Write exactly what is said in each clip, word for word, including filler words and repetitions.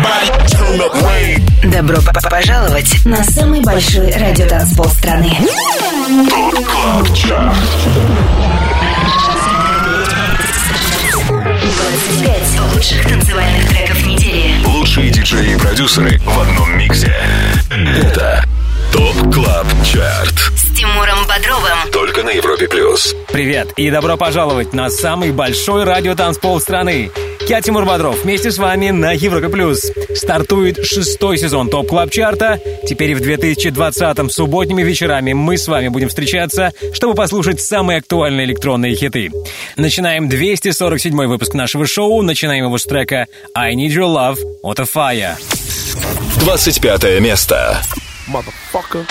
Добро пожаловать на самый большой радиотанцпол страны. двадцать пять лучших танцевальных треков недели. Лучшие диджеи и продюсеры в одном миксе. Это ТОП Клаб Чарт С Тимуром Бодровым. Только на Европе Плюс. Привет и добро пожаловать на самый большой радиотанцпол страны. Я Тимур Бодров, вместе с вами на Европе Плюс. Стартует шестой сезон ТОП Клаб Чарта. Теперь и в две тысячи двадцатом субботними вечерами мы с вами будем встречаться, чтобы послушать самые актуальные электронные хиты. Начинаем двести сорок седьмой выпуск нашего шоу. Начинаем его с трека I Need Your Love от Fire. двадцать пятое место. Motherfucker.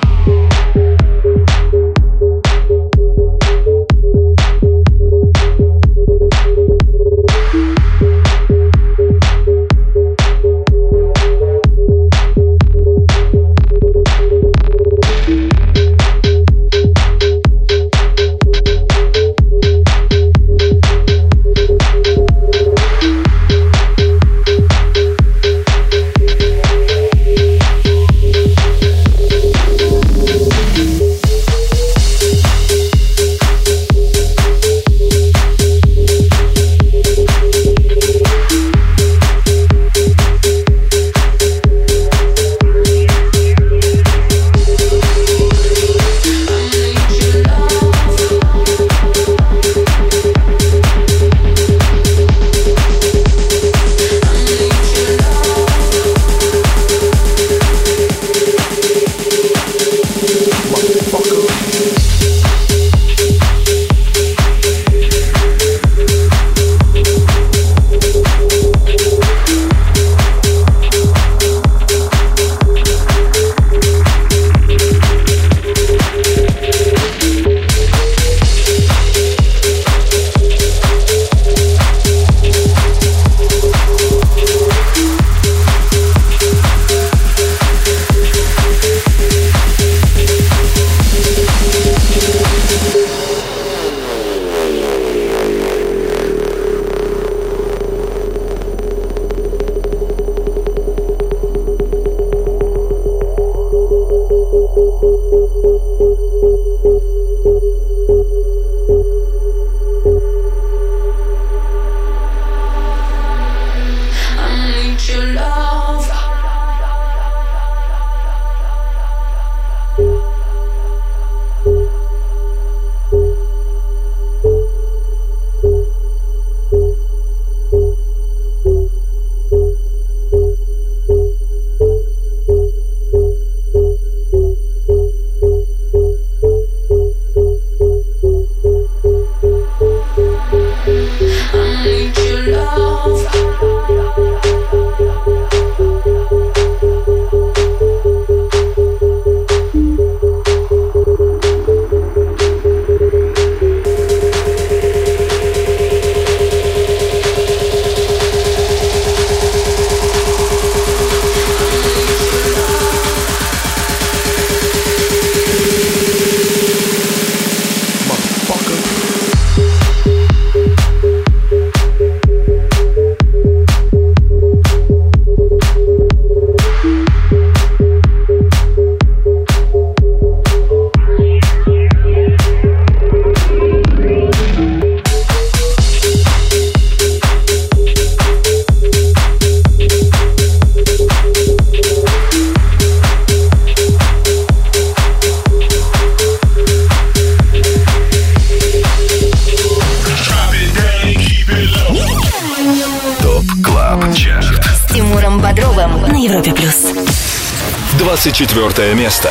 двадцать четвёртое место.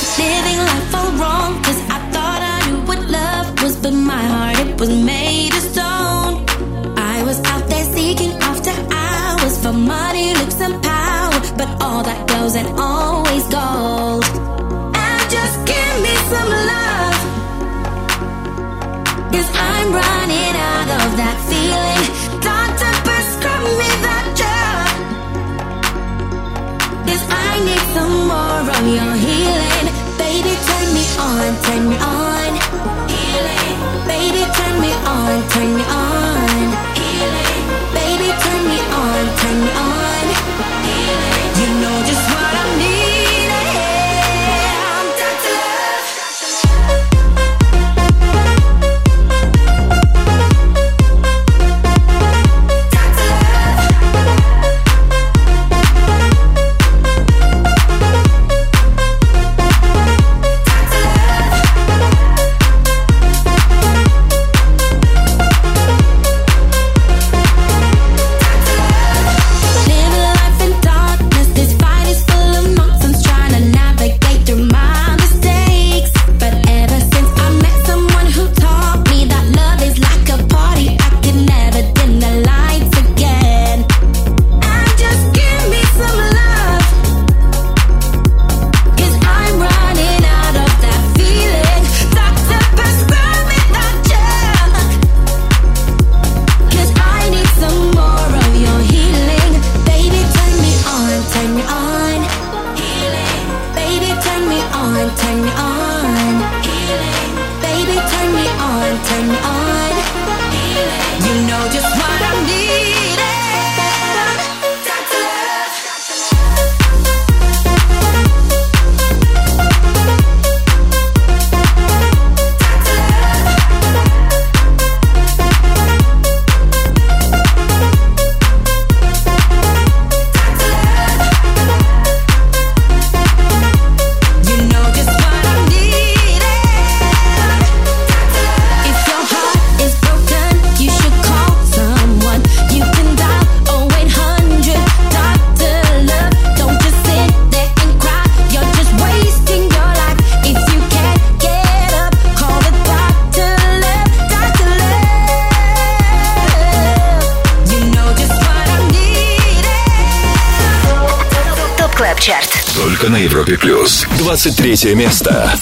Your healing, baby, turn me on, turn me on. Healing, baby, turn me on, turn me on. Healing, baby, turn me on, turn me on. Чарт. Только на Европе плюс. двадцать третье место.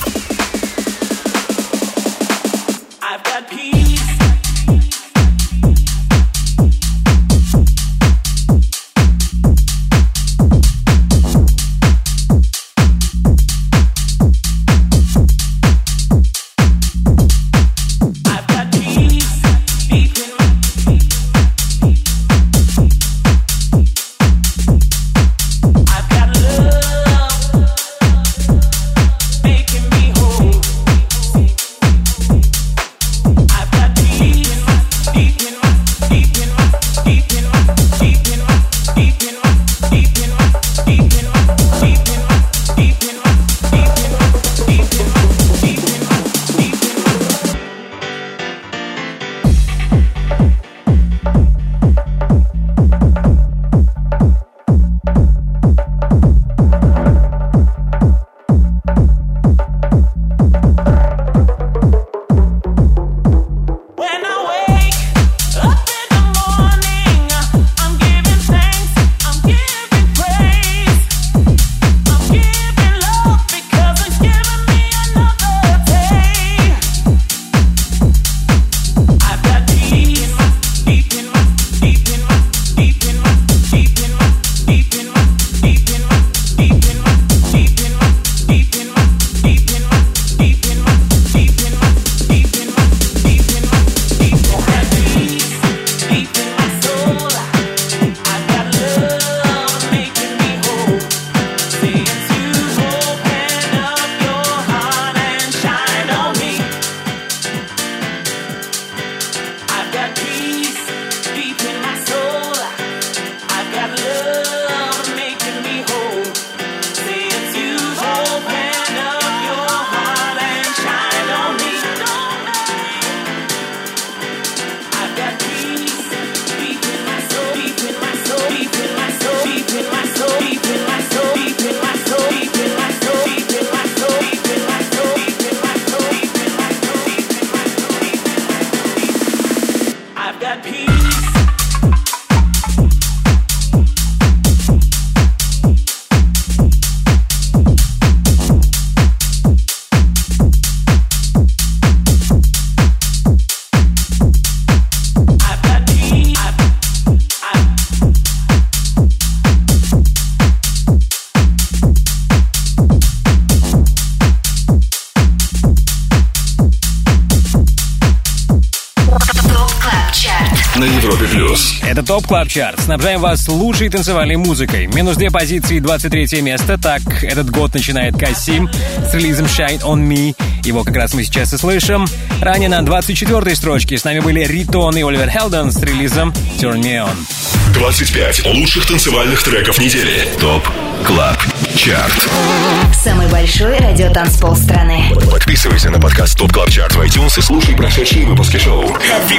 Это ТОП Клаб Чарт. Снабжаем вас лучшей танцевальной музыкой. Минус две позиции, двадцать третье место. Так, этот год начинает Касим с релизом Shine On Me. Его как раз мы сейчас и слышим. Ранее на двадцать четвёртой строчке с нами были Ритон и Оливер Хелден с релизом Turn Me On. двадцать пять лучших танцевальных треков недели. ТОП Клаб Чарт. Самый большой радиотанцпол страны. Подписывайся на подкаст ТОП Клаб Чарт в iTunes и слушай прошедшие выпуски шоу.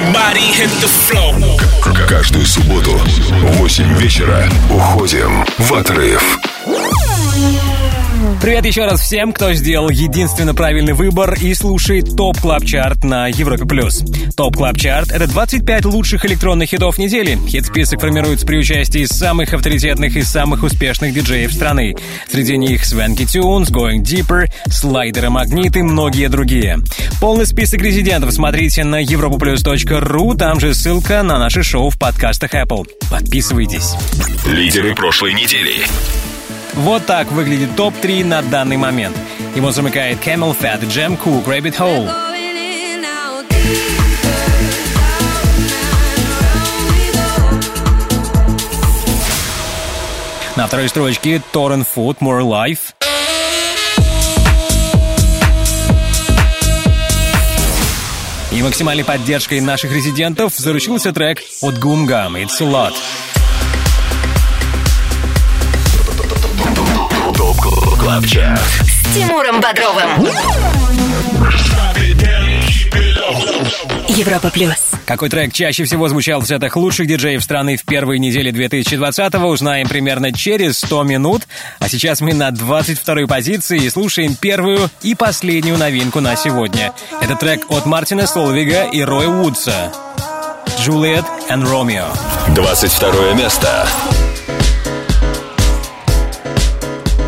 Каждую субботу в восемь вечера уходим в отрыв. Привет еще раз всем, кто сделал единственно правильный выбор и слушает ТОП Клаб Чарт на Европе+. ТОП Клаб Чарт — это двадцать пять лучших электронных хитов недели. Хит-список формируется при участии самых авторитетных и самых успешных диджеев страны. Среди них Swanky Tunes, Going Deeper, Слайдер и Магнит и многие другие. Полный список резидентов смотрите на европаплюс точка ру, там же ссылка на наше шоу в подкастах Apple. Подписывайтесь. Лидеры прошлой недели. Вот так выглядит топ три на данный момент. Его замыкает Camel Fat, Jam Cook, Rabbit Hole. На второй строчке Torrent Food, More Life. И максимальной поддержкой наших резидентов заручился трек от Gum Gum «It's a Lot». С Тимуром Бодровым. Европа плюс. Какой трек чаще всего звучал в сетах лучших диджеев страны в первой неделе две тысячи двадцатого, узнаем примерно через сто минут. А сейчас мы на двадцать второй позиции и слушаем первую и последнюю новинку на сегодня. Это трек от Мартина Солвига и Роя Вудса. Juliet and Romeo. двадцать второе место.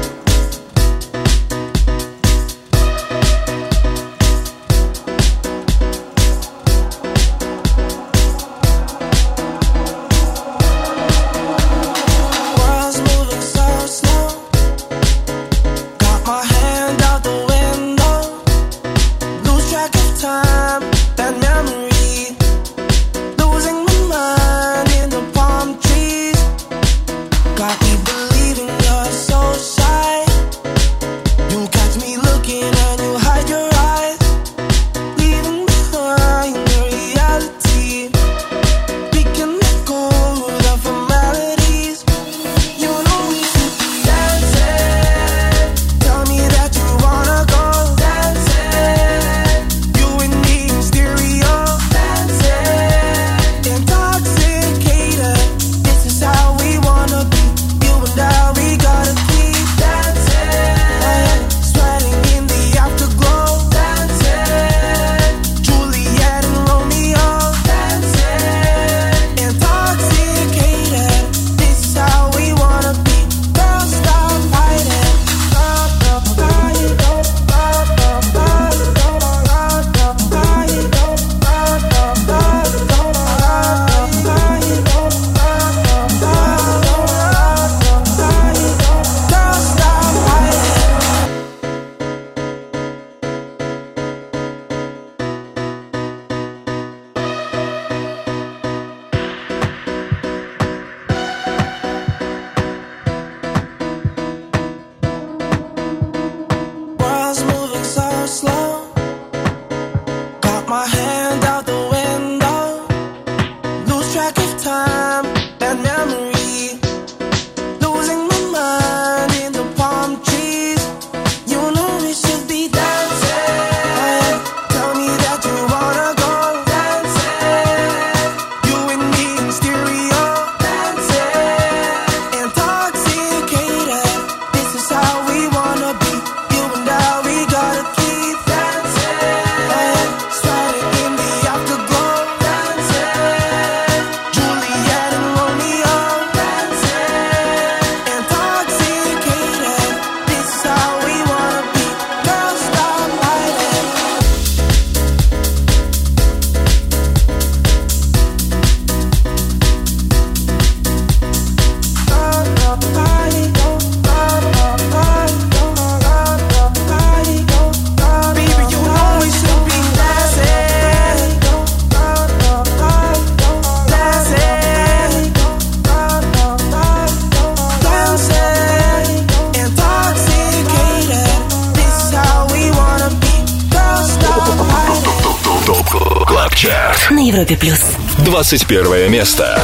на Европе плюс. двадцать первое место.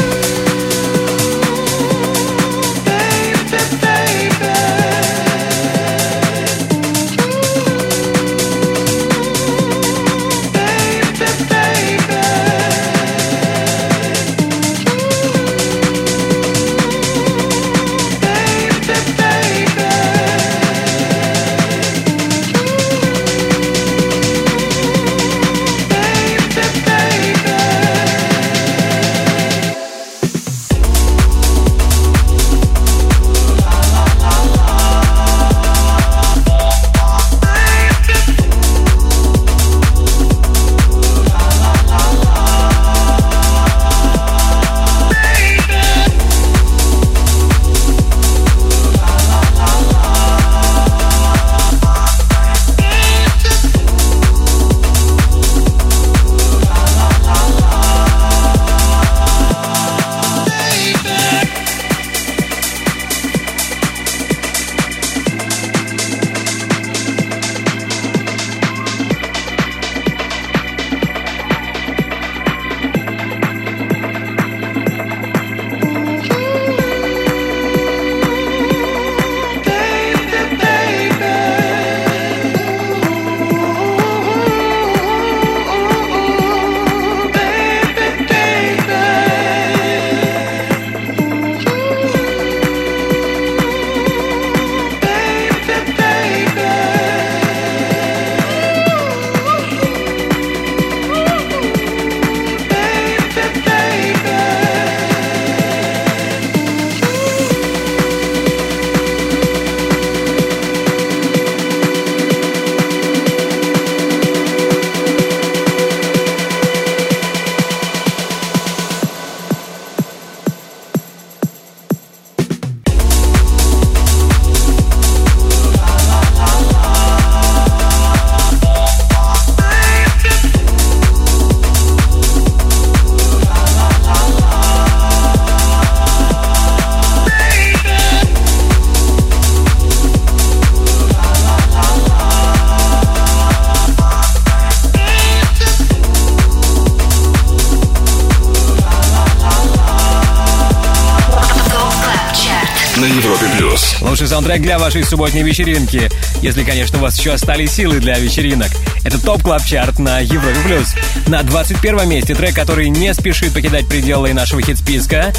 Лучший саундтрек для вашей субботней вечеринки, если, конечно, у вас еще остались силы для вечеринок. Это ТОП Клаб Чарт на Европе плюс. На двадцать первом месте трек, который не спешит покидать пределы нашего хит-списка,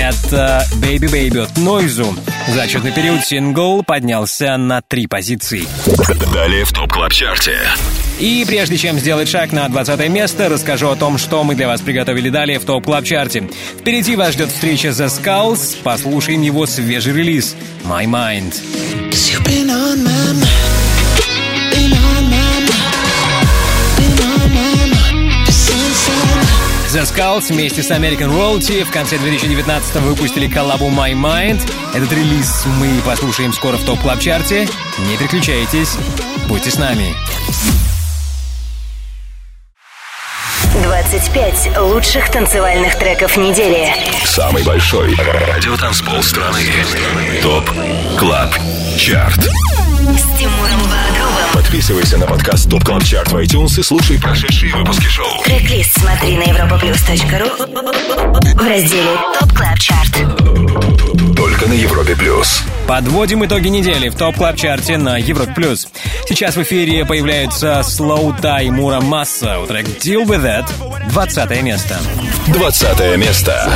это Baby Baby от Noise. За отчетный период сингл поднялся на три позиции. Далее в ТОП Клаб Чарте. И прежде чем сделать шаг на двадцатое место, расскажу о том, что мы для вас приготовили далее в ТОП Клаб Чарте. Впереди вас ждет встреча The Skulls. Послушаем его свежий релиз My Mind. The Skulls вместе с American Royalty в конце две тысячи девятнадцатого выпустили коллабу My Mind. Этот релиз мы послушаем скоро в ТОП Клаб Чарте. Не переключайтесь, будьте с нами. двадцать пять лучших танцевальных треков недели. Самый большой радиотанцпол страны. ТОП Клаб Чарт. С Тимуром Бодровым. Подписывайся на подкаст ТОП Клаб Чарт в iTunes и слушай прошедшие выпуски шоу. Трек-лист смотри на европаплюс точка ру в разделе ТОП Клаб Чарт. Только на Европе плюс. Подводим итоги недели в ТОП Клаб Чарте на Европе плюс. Сейчас в эфире появляются Slow Tie Мура Масса. Трек Deal With That. двадцатое место. двадцатое место.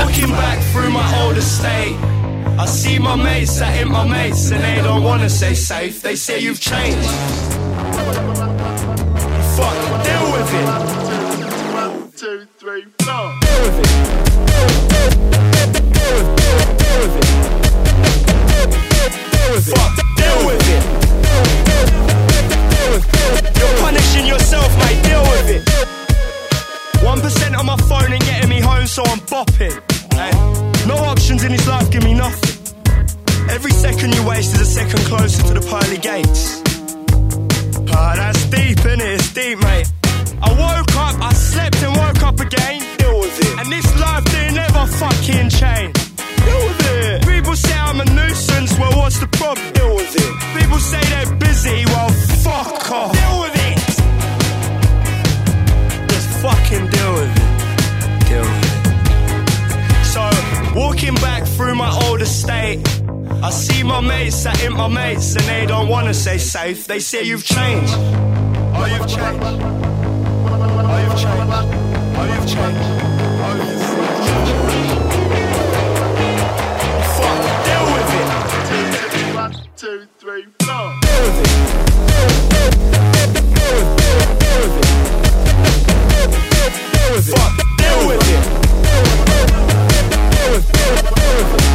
I see my mates, I hit my mates, and they don't wanna say safe. They say you've changed. Fuck, deal with it. One, two, three, four. Deal with it. Deal with it. Deal with it. Deal with it. Fuck, deal with it. Deal with it. You're punishing yourself, mate. Deal with it. One percent on my phone ain't getting me home, so I'm bopping. Hey. No options in this life give me nothing. Every second you waste is a second closer to the pearly gates. Ah, that's deep, innit? It's deep, mate. I woke up, I slept and woke up again. Deal with it. And this life didn't ever fucking change. Deal with it. People say I'm a nuisance, well what's the problem? Deal with it. People say they're busy, well fuck off. Deal with it. Just fucking deal with it. through my old estate. I see my mates sat in my mates and they don't wanna say safe. They say you've changed. Oh, you've changed. Oh, you've changed. Oh, you've changed. Oh, you've changed. Fuck, deal with it. One, two, three, four. Deal with it. Deal with it. Deal with it. Deal with it. Fuck, deal with it. Deal with it. Deal with it.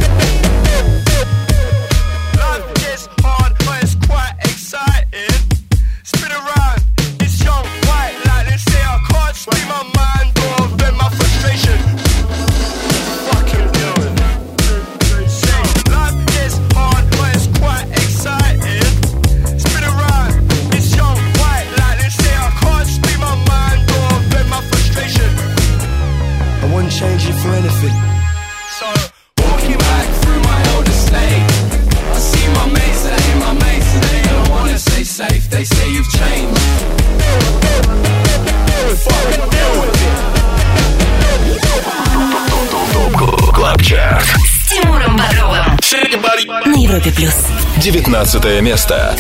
Life gets hard, but it's quite exciting. Spin around, it's young, white, like they say I can't speak my mind or vent my frustration. Fucking deal with it. Say, life gets hard, but it's quite exciting. Spin around, it's young, white, like they say I can't speak my mind or vent my frustration. I wouldn't change it for anything. So, walking back through my old estate, I see my mates that ain't my mates and they don't wanna stay safe. They say you've changed. Fucking deal with it. Клаб Чарт С Тимуром Бодровым на Европе плюс. девятнадцатое место.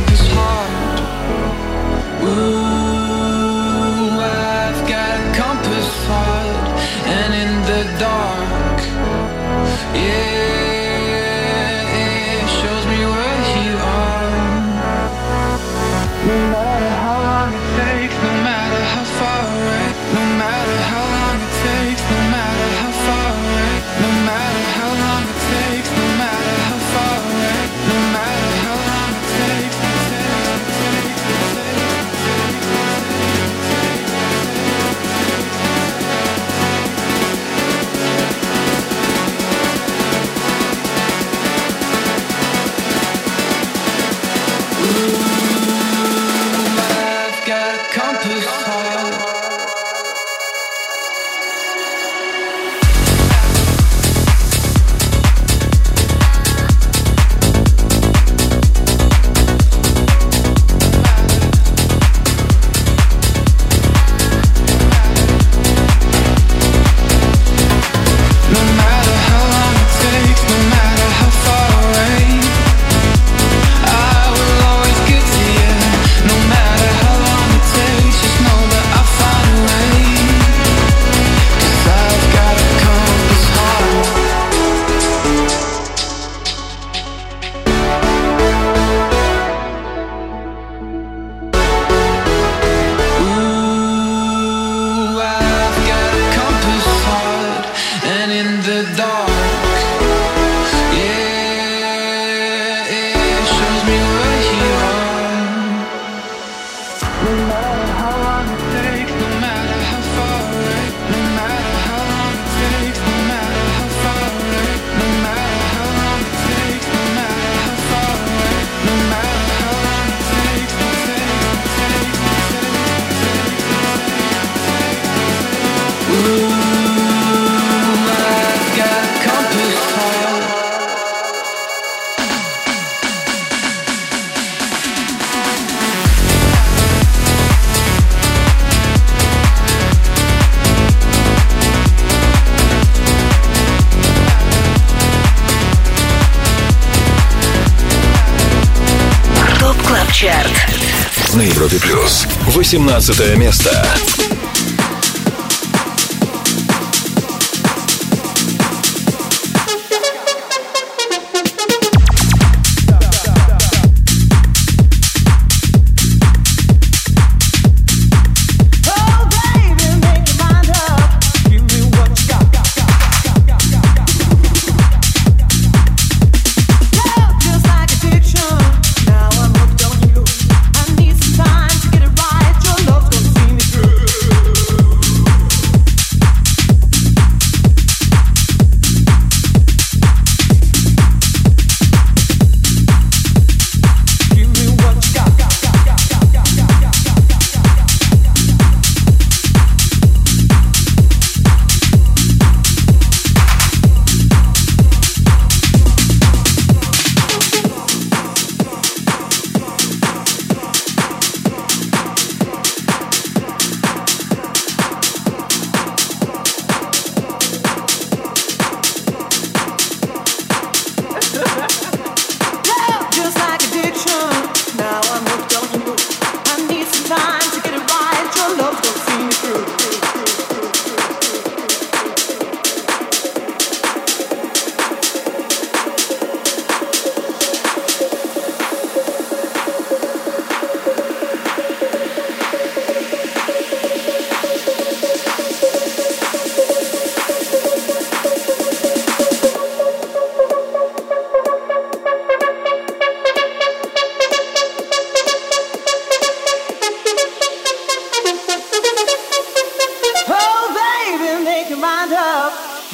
Чарт на Европе плюс. восемнадцатое место. Time to get it right, your love's gonna see me through.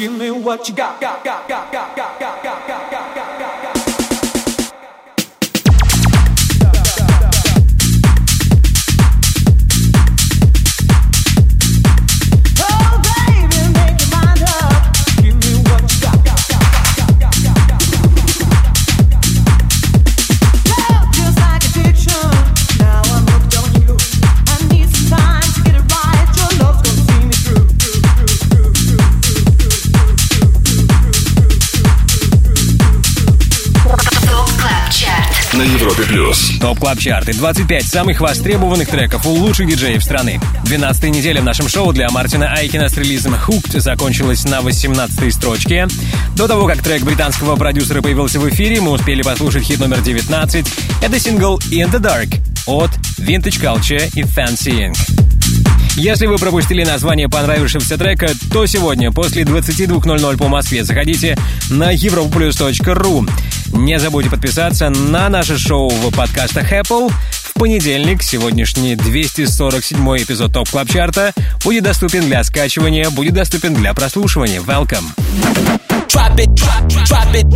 Give me what you got, got, got, got, got, got, got, got, got, got, got, got, got. На Европе Плюс. Топ Клаб Чарт и двадцать пять самых востребованных треков у лучших диджеев страны. двенадцатая неделя в нашем шоу для Мартина Айкина с релизом Hooked закончилась на восемнадцатой строчке. До того, как трек британского продюсера появился в эфире, мы успели послушать хит номер девятнадцать. Это сингл In the Dark от Vintage Culture и Fancy Inc. Если вы пропустили название понравившегося трека, то сегодня после двадцати двух ноль-ноль по Москве заходите на европлюс точка ру. Не забудьте подписаться на наше шоу в подкастах Apple. В понедельник сегодняшний двести сорок седьмой эпизод Топ Клаб Чарта будет доступен для скачивания, будет доступен для прослушивания. Welcome! Drop it, drop, drop it.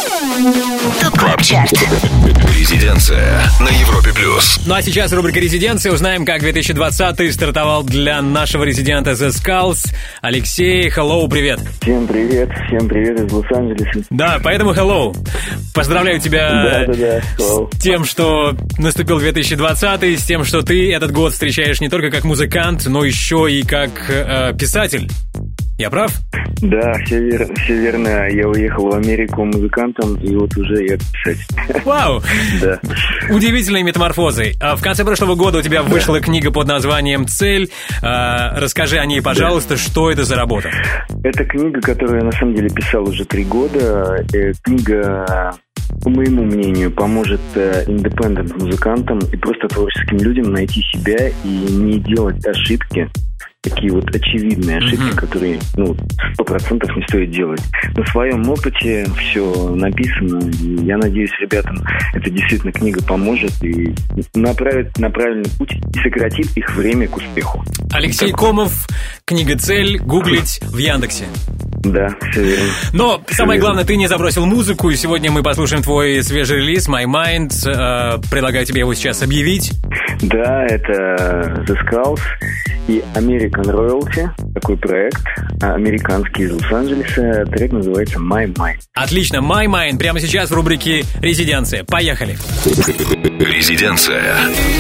Топ Клаб Чарт. Резиденция на Европе Плюс. Ну а сейчас рубрика «Резиденция». Узнаем, как две тысячи двадцатый стартовал для нашего резидента The Skulls. Алексей, hello, привет. Всем привет, всем привет из Лос-Анджелеса. Да, поэтому hello. Поздравляю тебя да, да, да. с тем, что наступил две тысячи двадцатый, с тем, что ты этот год встречаешь не только как музыкант, но еще и как э, писатель. Я прав? Да, все верно, все верно. Я уехал в Америку музыкантом, и вот уже я писатель. Вау! Да. Удивительные метаморфозы. В конце прошлого года у тебя вышла да. книга под названием «Цель». Расскажи о ней, пожалуйста, да. что это за работа? Это книга, которую я на самом деле писал уже три года. Книга, по моему мнению, поможет индепендент-музыкантам и просто творческим людям найти себя и не делать ошибки. Такие вот очевидные ошибки, mm-hmm. которые, ну, сто процентов не стоит делать. На своем опыте все написано, и я надеюсь, ребятам эта действительно книга поможет и направит на правильный путь и сократит их время к успеху. Алексей Комов, книга «Цель», гуглить в Яндексе. Да, все верно. Но все самое верно. главное, ты не забросил музыку, и сегодня мы послушаем твой свежий релиз «My Mind». Э, предлагаю тебе его сейчас объявить. Да, это The Skulls и American Royalty, такой проект, американский из Лос-Анджелеса. Трек называется My Mind. Отлично, My Mind прямо сейчас в рубрике «Резиденция». Поехали. Резиденция.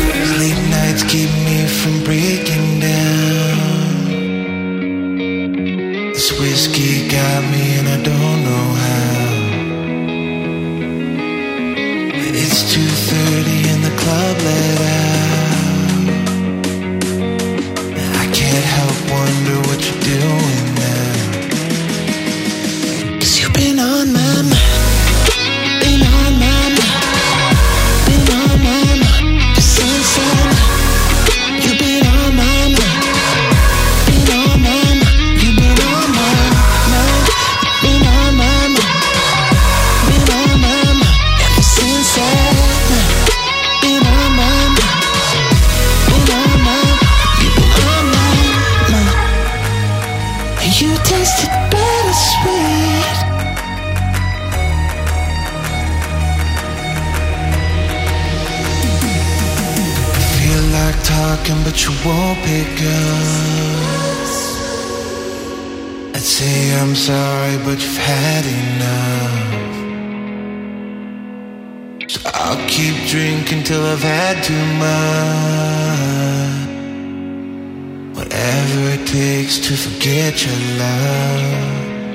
This whiskey got me and I don't know how. It's two thirty and the club let out. I can't help wonder what you're doing now. 'Cause you've been on my mind. Been on my mind. Been on my mind. Just since then. You've been on my mind. Been on my mind. You've been on my mind. Been on my mind. Been on my mind. Ever since then. Been on my mind. Been on my mind. You've been on my mind. And you tasted bittersweet. Feel like talking, but you won't pick up. I'd say I'm sorry, but you've had enough. So I'll keep drinking till I've had too much. Whatever it takes to forget your love.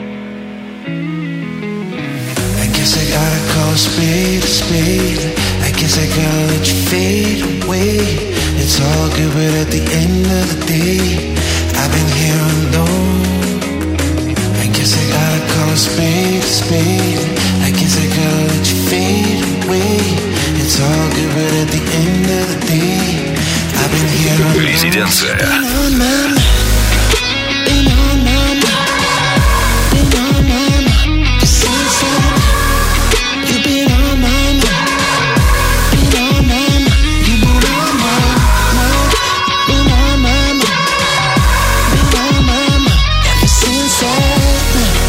I guess I gotta call a spade a spade. I guess I gotta let you fade away. It's all good, but at the end of the day, I've been here alone. I guess I gotta call a spade a spade. I guess I gotta let you fade away. It's all good, but at the end of the day, I've been here alone. Резиденция. Been on my mind. Been on my mind. Been on my mind. Just since then. You've been on my mind. Been on my mind. You've been on my mind. Been on my mind. Been on my mind. Ever since then.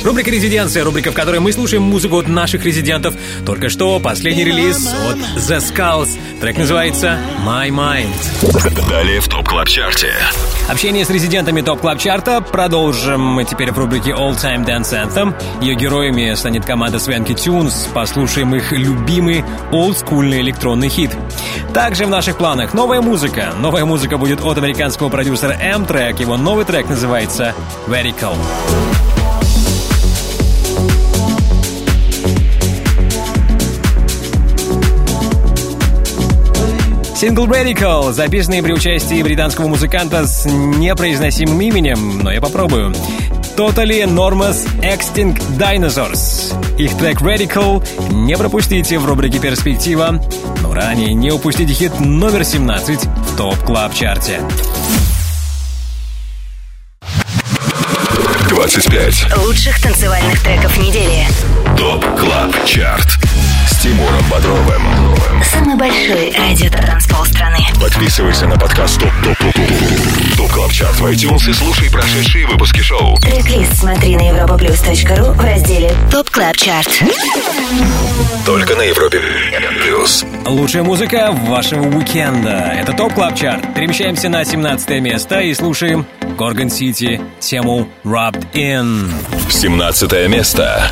Рубрика «Резиденция», рубрика, в которой мы слушаем музыку от наших резидентов. Только что последний релиз от The Skulls. Трек называется «My Mind». Далее в ТОП Клаб Чарте. Общение с резидентами ТОП Клаб Чарта продолжим мы теперь в рубрике All Time Dance Anthem. Ее героями станет команда Swanky Tunes. Послушаем их любимый олдскульный электронный хит. Также в наших планах новая музыка. Новая музыка будет от американского продюсера M-Track. Его новый трек называется «Vertical». Сингл «Radical», записанный при участии британского музыканта с непроизносимым именем, но я попробую. Totally Enormous Extinct Dinosaurs. Их трек «Radical» не пропустите в рубрике «Перспектива», но ранее не упустите хит номер семнадцать в ТОП Клаб Чарте. двадцать пять лучших танцевальных треков недели. ТОП Клаб Чарт с Тимуром Бодровым. Самый большой радиотанцпол страны. Подписывайся на подкаст ТОП ТОП ТОП ТОП ТОП Клаб Чарт в iTunes и слушай прошедшие выпуски шоу. Трек-лист смотри на европа плюс точка ру в разделе ТОП Клаб Чарт. Только на Европе Плюс. Лучшая музыка вашего уикенда. Это ТОП Клаб Чарт. Перемещаемся на семнадцатое место и слушаем Gorgon City, тему Rubbed In. семнадцатое место.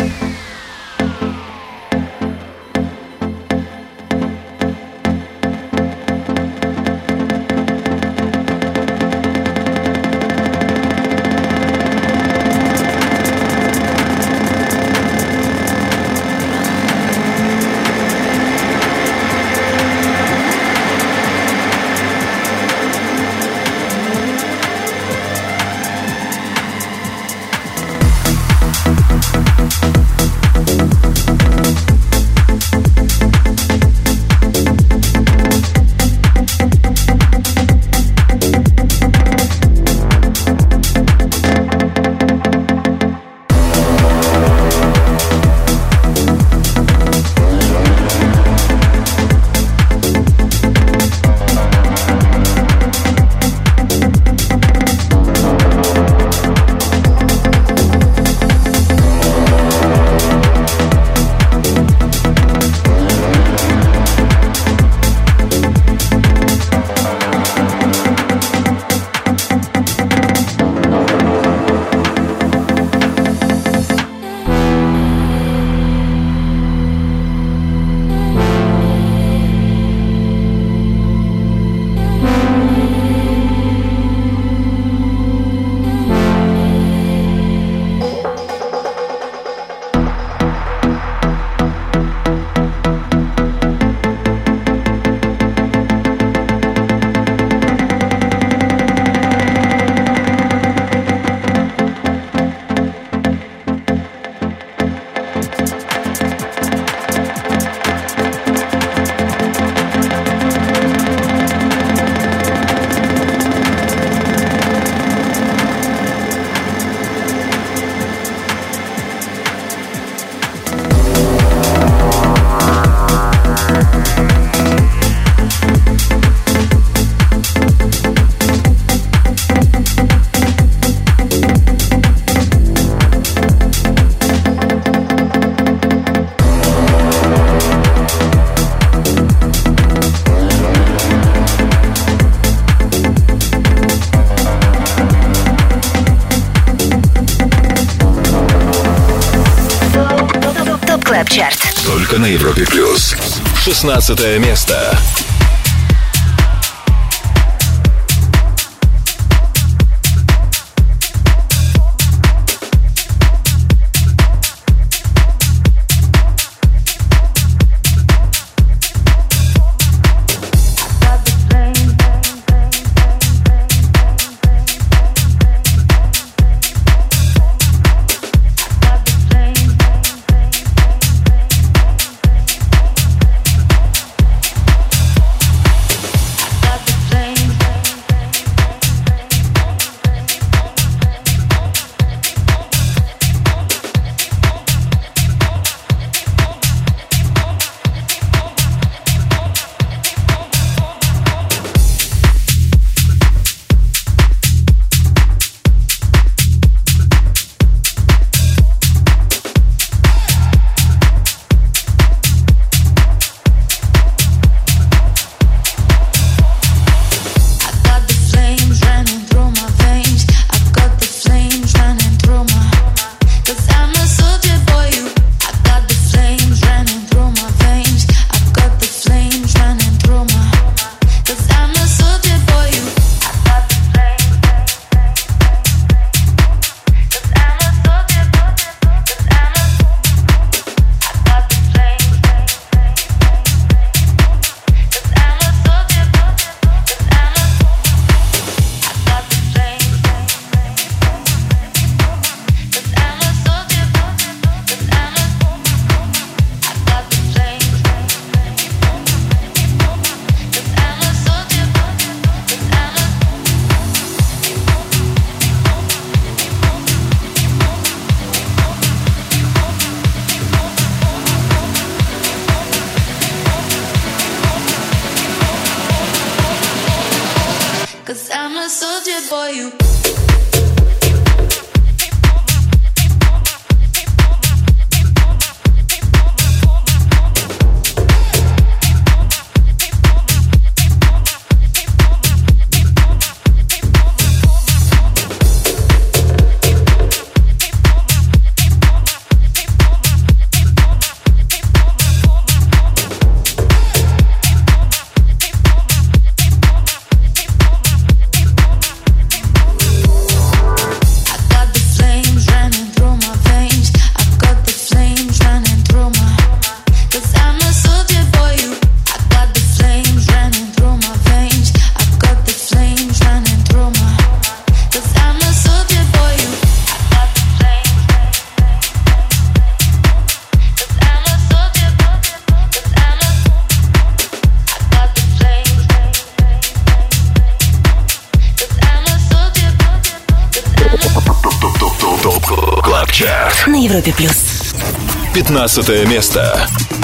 Чарт. Только на Европе Плюс. шестнадцатое место. Европе плюс. пятнадцатое место.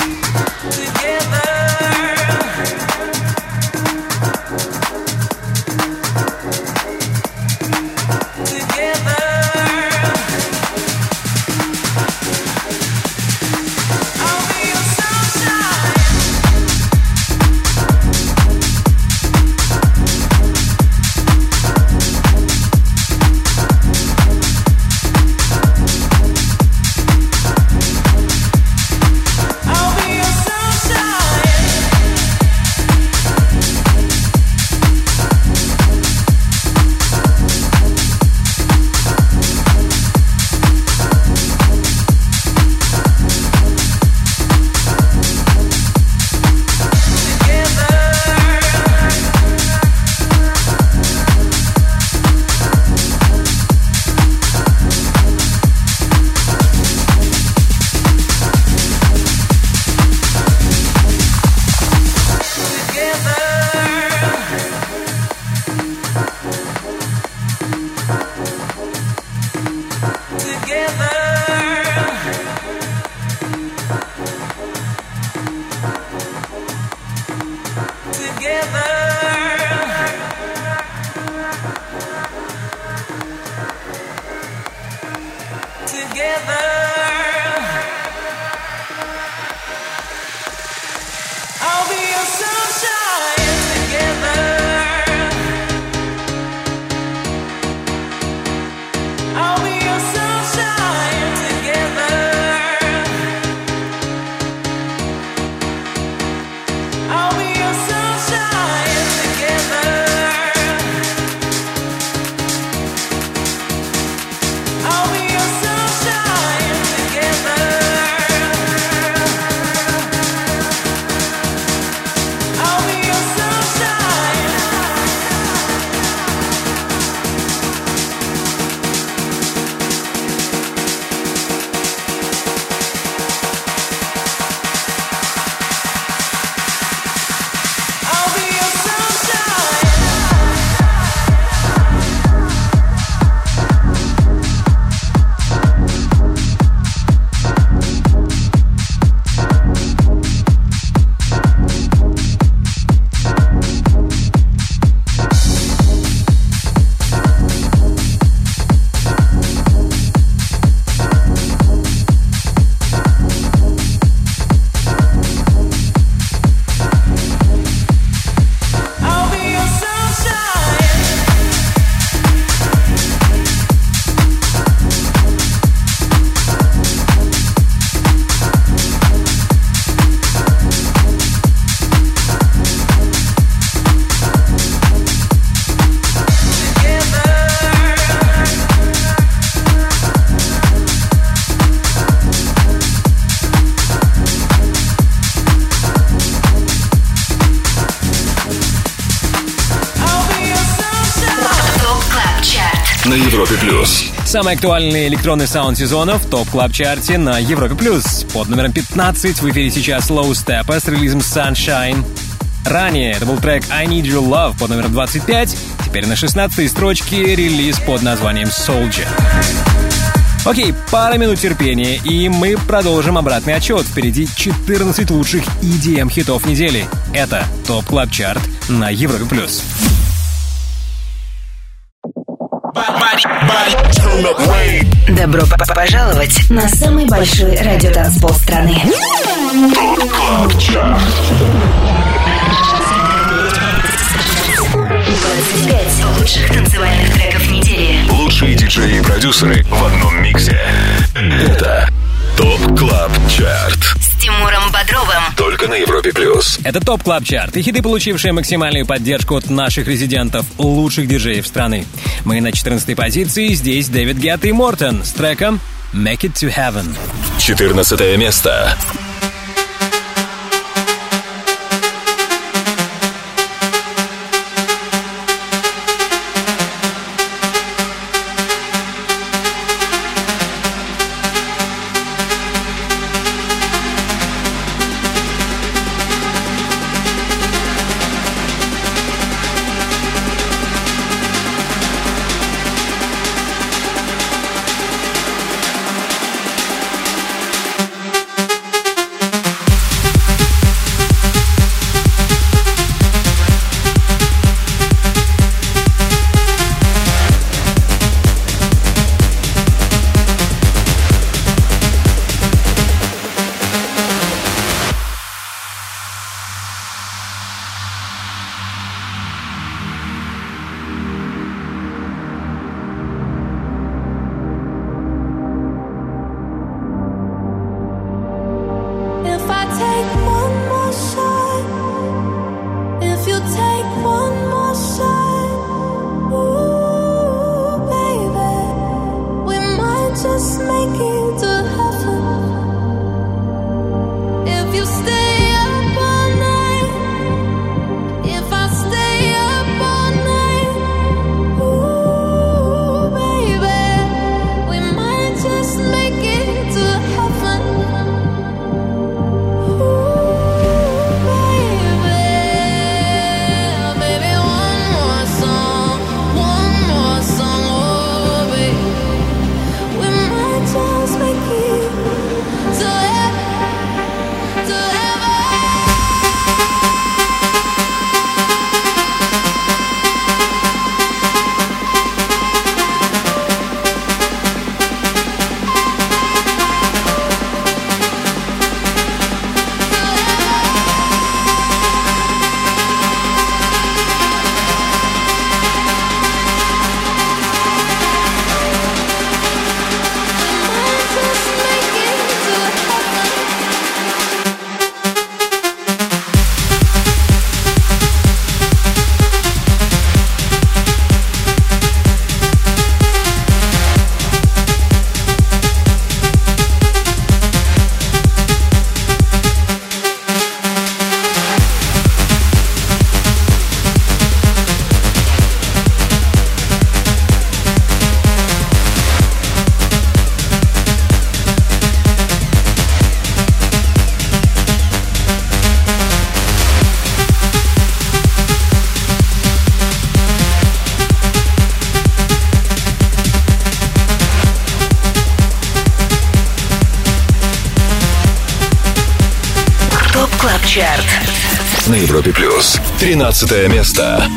на Европе плюс. Самый актуальный электронный саунд сезона в топ клаб чарте на Европе плюс. Под номером пятнадцать в эфире сейчас Low Steppa с релизом Sunshine. Ранее это был трек I Need Your Love под номером двадцать пять. Теперь на шестнадцатой строчке релиз под названием Soldier. Окей, пара минут терпения, и мы продолжим обратный отчет. Впереди четырнадцать лучших и ди эм-хитов недели. Это топ клаб чарт на Европе плюс. Добро пожаловать на самый большой радиотанцпол страны. Топ Клаб Чарт. двадцать пять лучших танцевальных треков недели. Лучшие диджеи и продюсеры в одном миксе. Это ТОП Клаб Чарт С Тимуром Бодровым. Только на Европе плюс. Это ТОП Клаб Чарт и хиты, получившие максимальную поддержку от наших резидентов, лучших диджеев страны. Мы на четырнадцатой позиции. Здесь Дэвид Гетта и Мортен с треком Make It To Heaven. четырнадцатое место. Чарт на Европе плюс. тринадцатое место.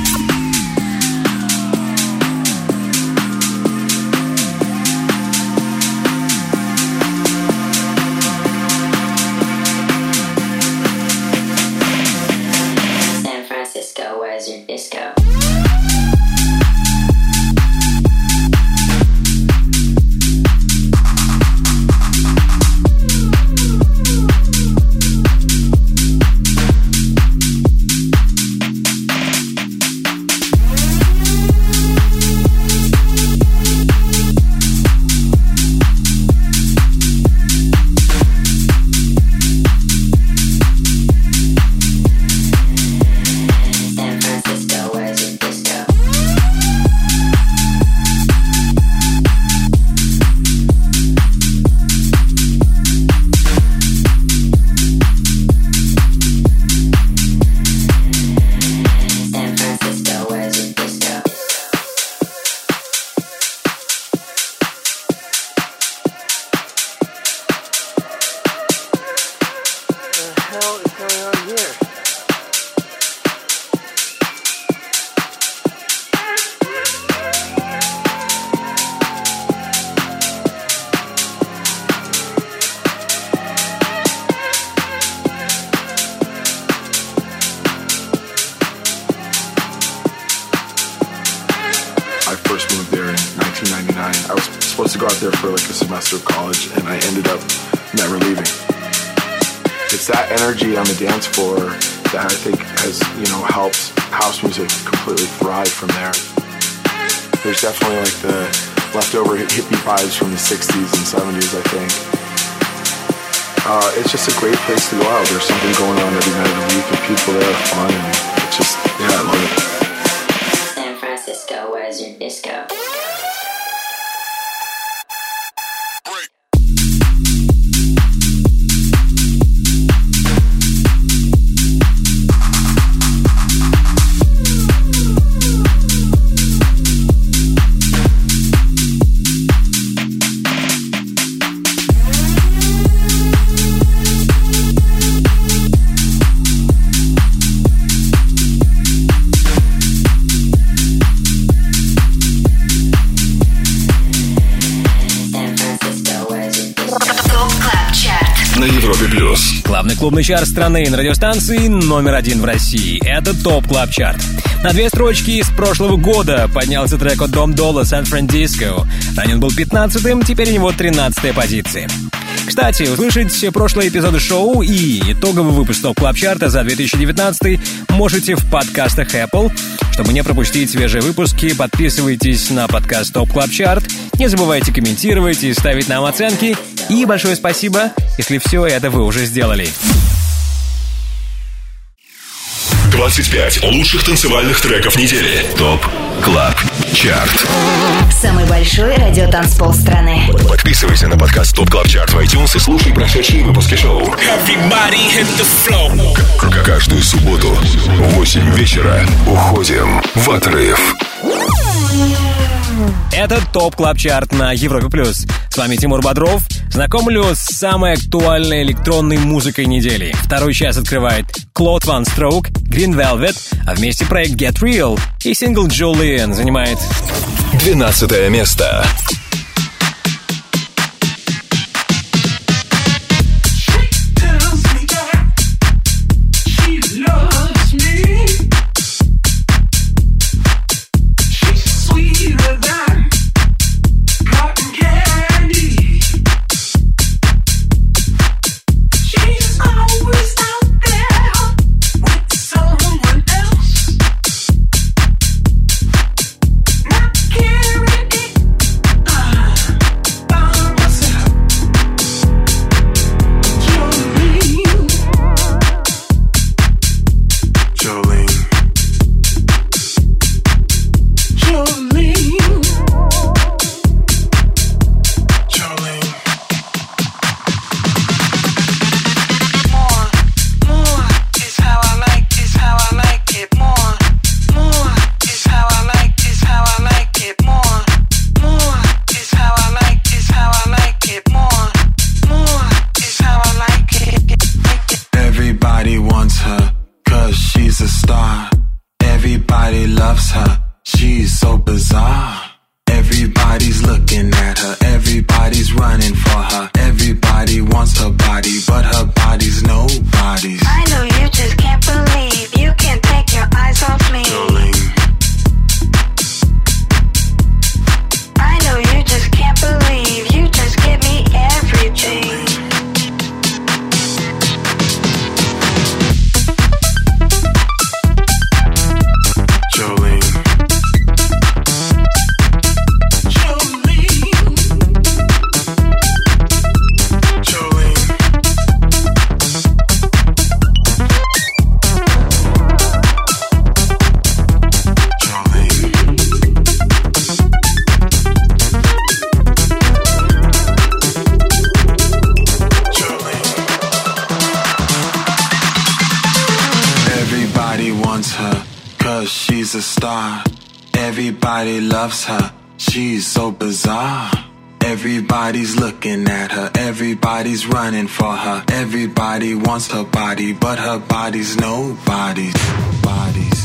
On the dance floor that I think has, you know, helped house music completely thrive from there. There's definitely like the leftover hippie vibes from the sixties and seventies, I think. Uh, it's just a great place to go out. There's something going on every night of the week and people there are fun and it's just, yeah, I love it. San Francisco, where's your disco? Главный клубный чарт страны на радиостанции номер один в России. Это ТОП Клаб Чарт. На две строчки с прошлого года поднялся трек от Дом Долла «Сан Франциско». Ранее он был пятнадцатым, теперь у него тринадцатая позиция. Кстати, услышать прошлые эпизоды шоу и итоговый выпуск ТОП Клаб Чарта за две тысячи девятнадцатый можете в подкастах Apple. Чтобы не пропустить свежие выпуски, подписывайтесь на подкаст ТОП Клаб Чарт. Не забывайте комментировать и ставить нам оценки. И большое спасибо, если все это вы уже сделали. двадцать пять лучших танцевальных треков недели. ТОП Клаб Чарт. Самый большой радиотанцпол страны. Подписывайся на подкаст ТОП Клаб Чарт в iTunes и слушай прошедшие выпуски шоу. Каждую субботу в восемь вечера уходим в отрыв. Это ТОП Клаб Чарт на Европе плюс. С вами Тимур Бодров. Знакомлю с самой актуальной электронной музыкой недели. Второй час открывает Claude Van Stroke, Green Velvet, а вместе проект Get Real и сингл Julian занимает двенадцатое место. Not caring it loves her. She's so bizarre. Everybody's looking at her. Everybody's running for her. Everybody wants her body, but her body's nobody's. I know you just can't believe you can't take your eyes off me. Jolene. I know you just can't believe you just give me everything. She's a star. Everybody loves her. She's so bizarre. Everybody's looking at her. Everybody's running for her. Everybody wants her body, but her body's nobody's. Bodies.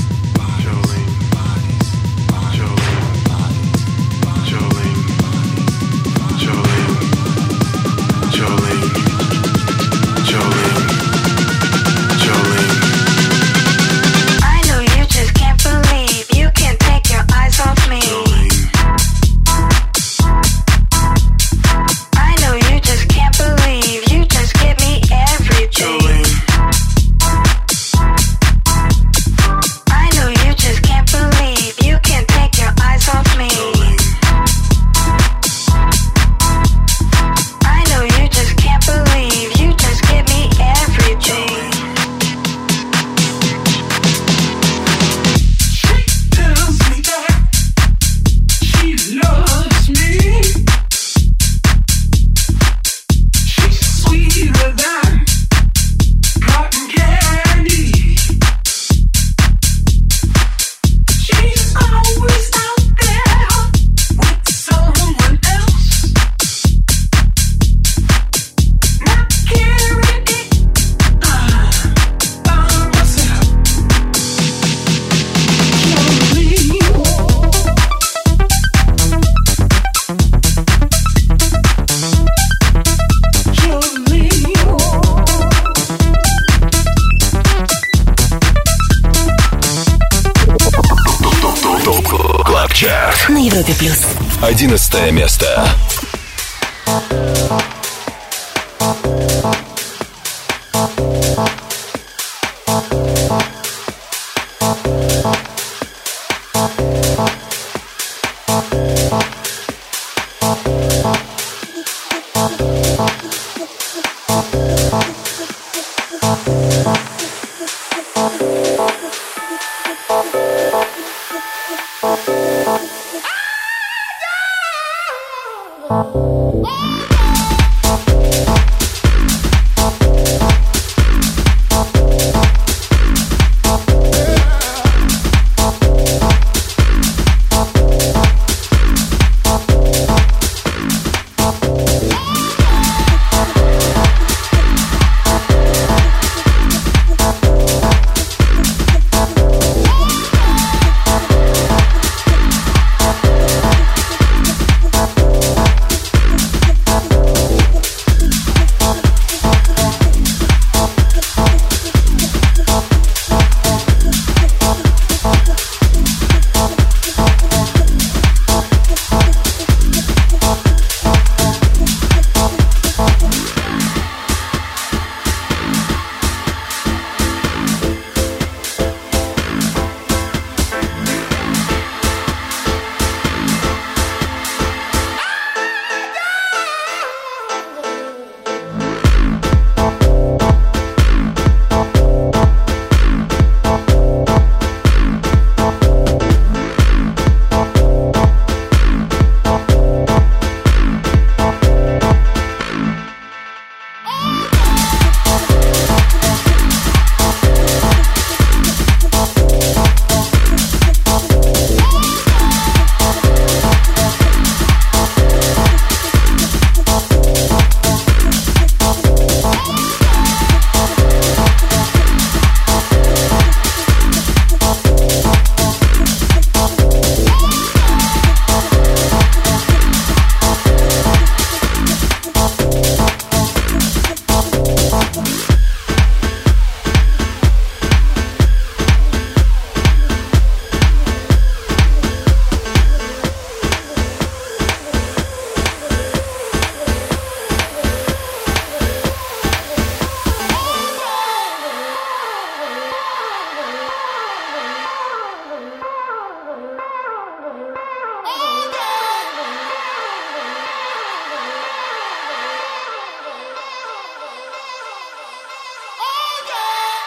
На Европе плюс. Одиннадцатое место.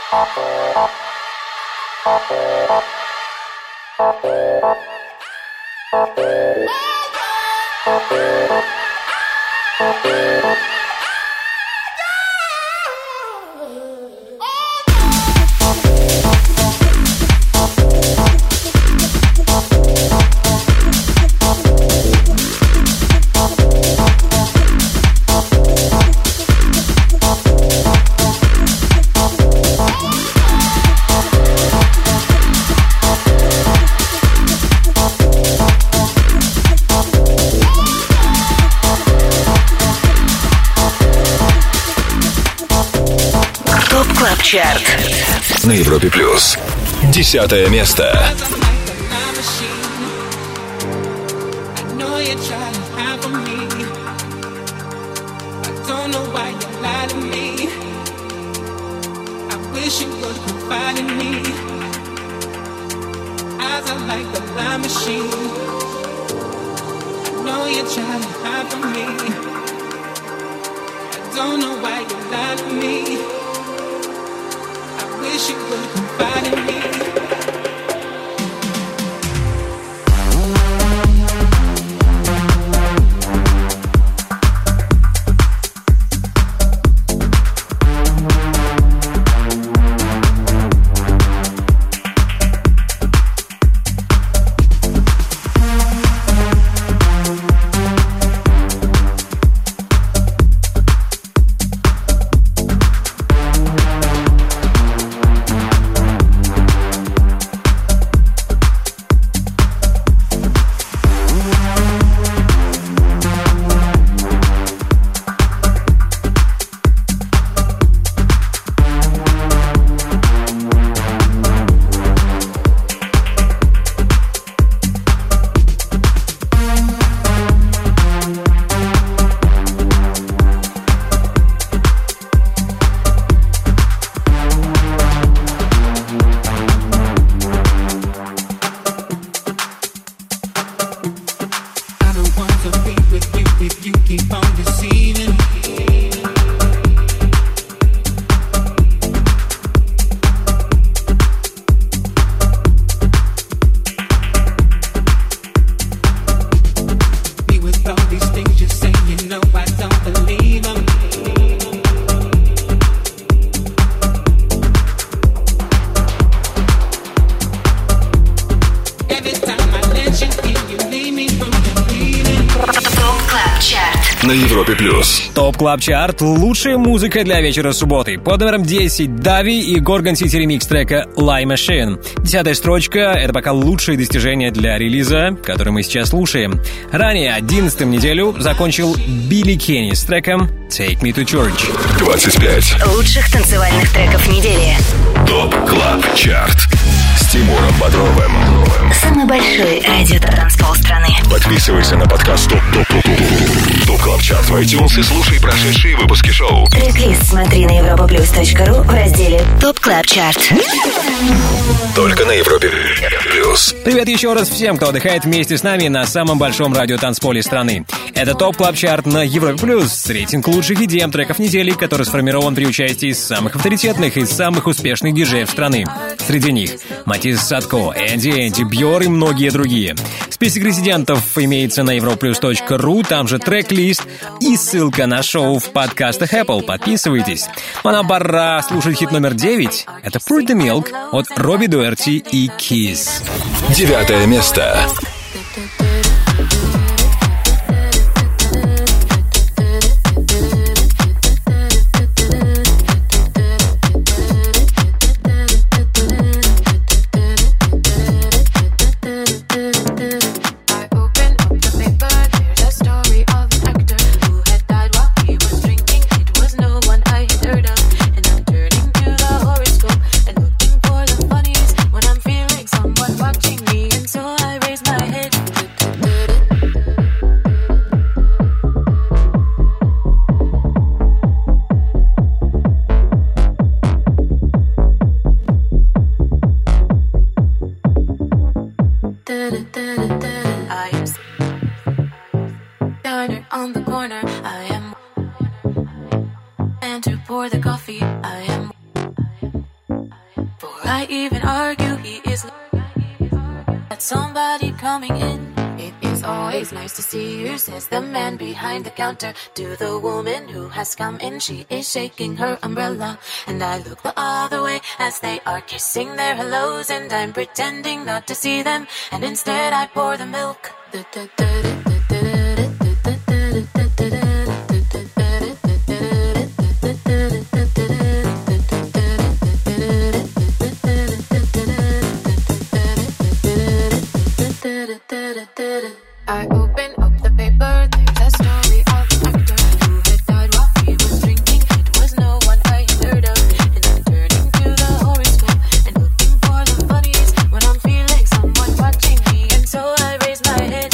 Чарт на Европе плюс. Десятое место. Don't know why you lie to me. Wish you would confide in me. На Европе плюс. Топ Клаб Чарт. Лучшая музыка для вечера субботы. Под номером десять Дави и Gorgon City ремикс трека Lie Machine. Десятая строчка — это пока лучшие достижения для релиза, который мы сейчас слушаем. Ранее, одиннадцатым неделю, закончил Билли Кенни с треком Take Me to Church. двадцать пять лучших танцевальных треков недели. Топ Клаб Чарт с Тимуром Бодровым. Самый большой радиотанцпол страны. Подписывайся на подкаст Топ Топ Топ Топ Клаб Чарт в iTunes и слушай прошедшие выпуски шоу. Трек-лист смотри на европаплюс точка ру в разделе Топ Клаб Чарт. Только на Европе плюс. Привет еще раз всем, кто отдыхает вместе с нами на самом большом радиотанцполе страны. Это Топ Клаб Чарт на Европе плюс. Рейтинг лучших и ди эм треков недели, который сформирован при участии самых авторитетных и самых успешных диджеев страны. Среди них Матис Садко, Энди Энди, Бьор и многие другие. Список резидентов имеется на европлюс точка ру, там же трек-лист и ссылка на шоу в подкастах Apple. Подписывайтесь. А нам пора слушать хит номер девять. Это Pretty Milk от Робби Дуэрти и Kiss. Девятое место. Why even argue? He is at somebody coming in. It is always nice to see you, says the man behind the counter to the woman who has come in. She is shaking her umbrella, and I look the other way as they are kissing their hellos, and I'm pretending not to see them, and instead I pour the milk. I open up the paper, there's a story of an actor who had died while he was drinking. It was no one I had heard of, and I'm turning to the horoscope and looking for the funnies when I'm feeling someone watching me, and so I raise my head.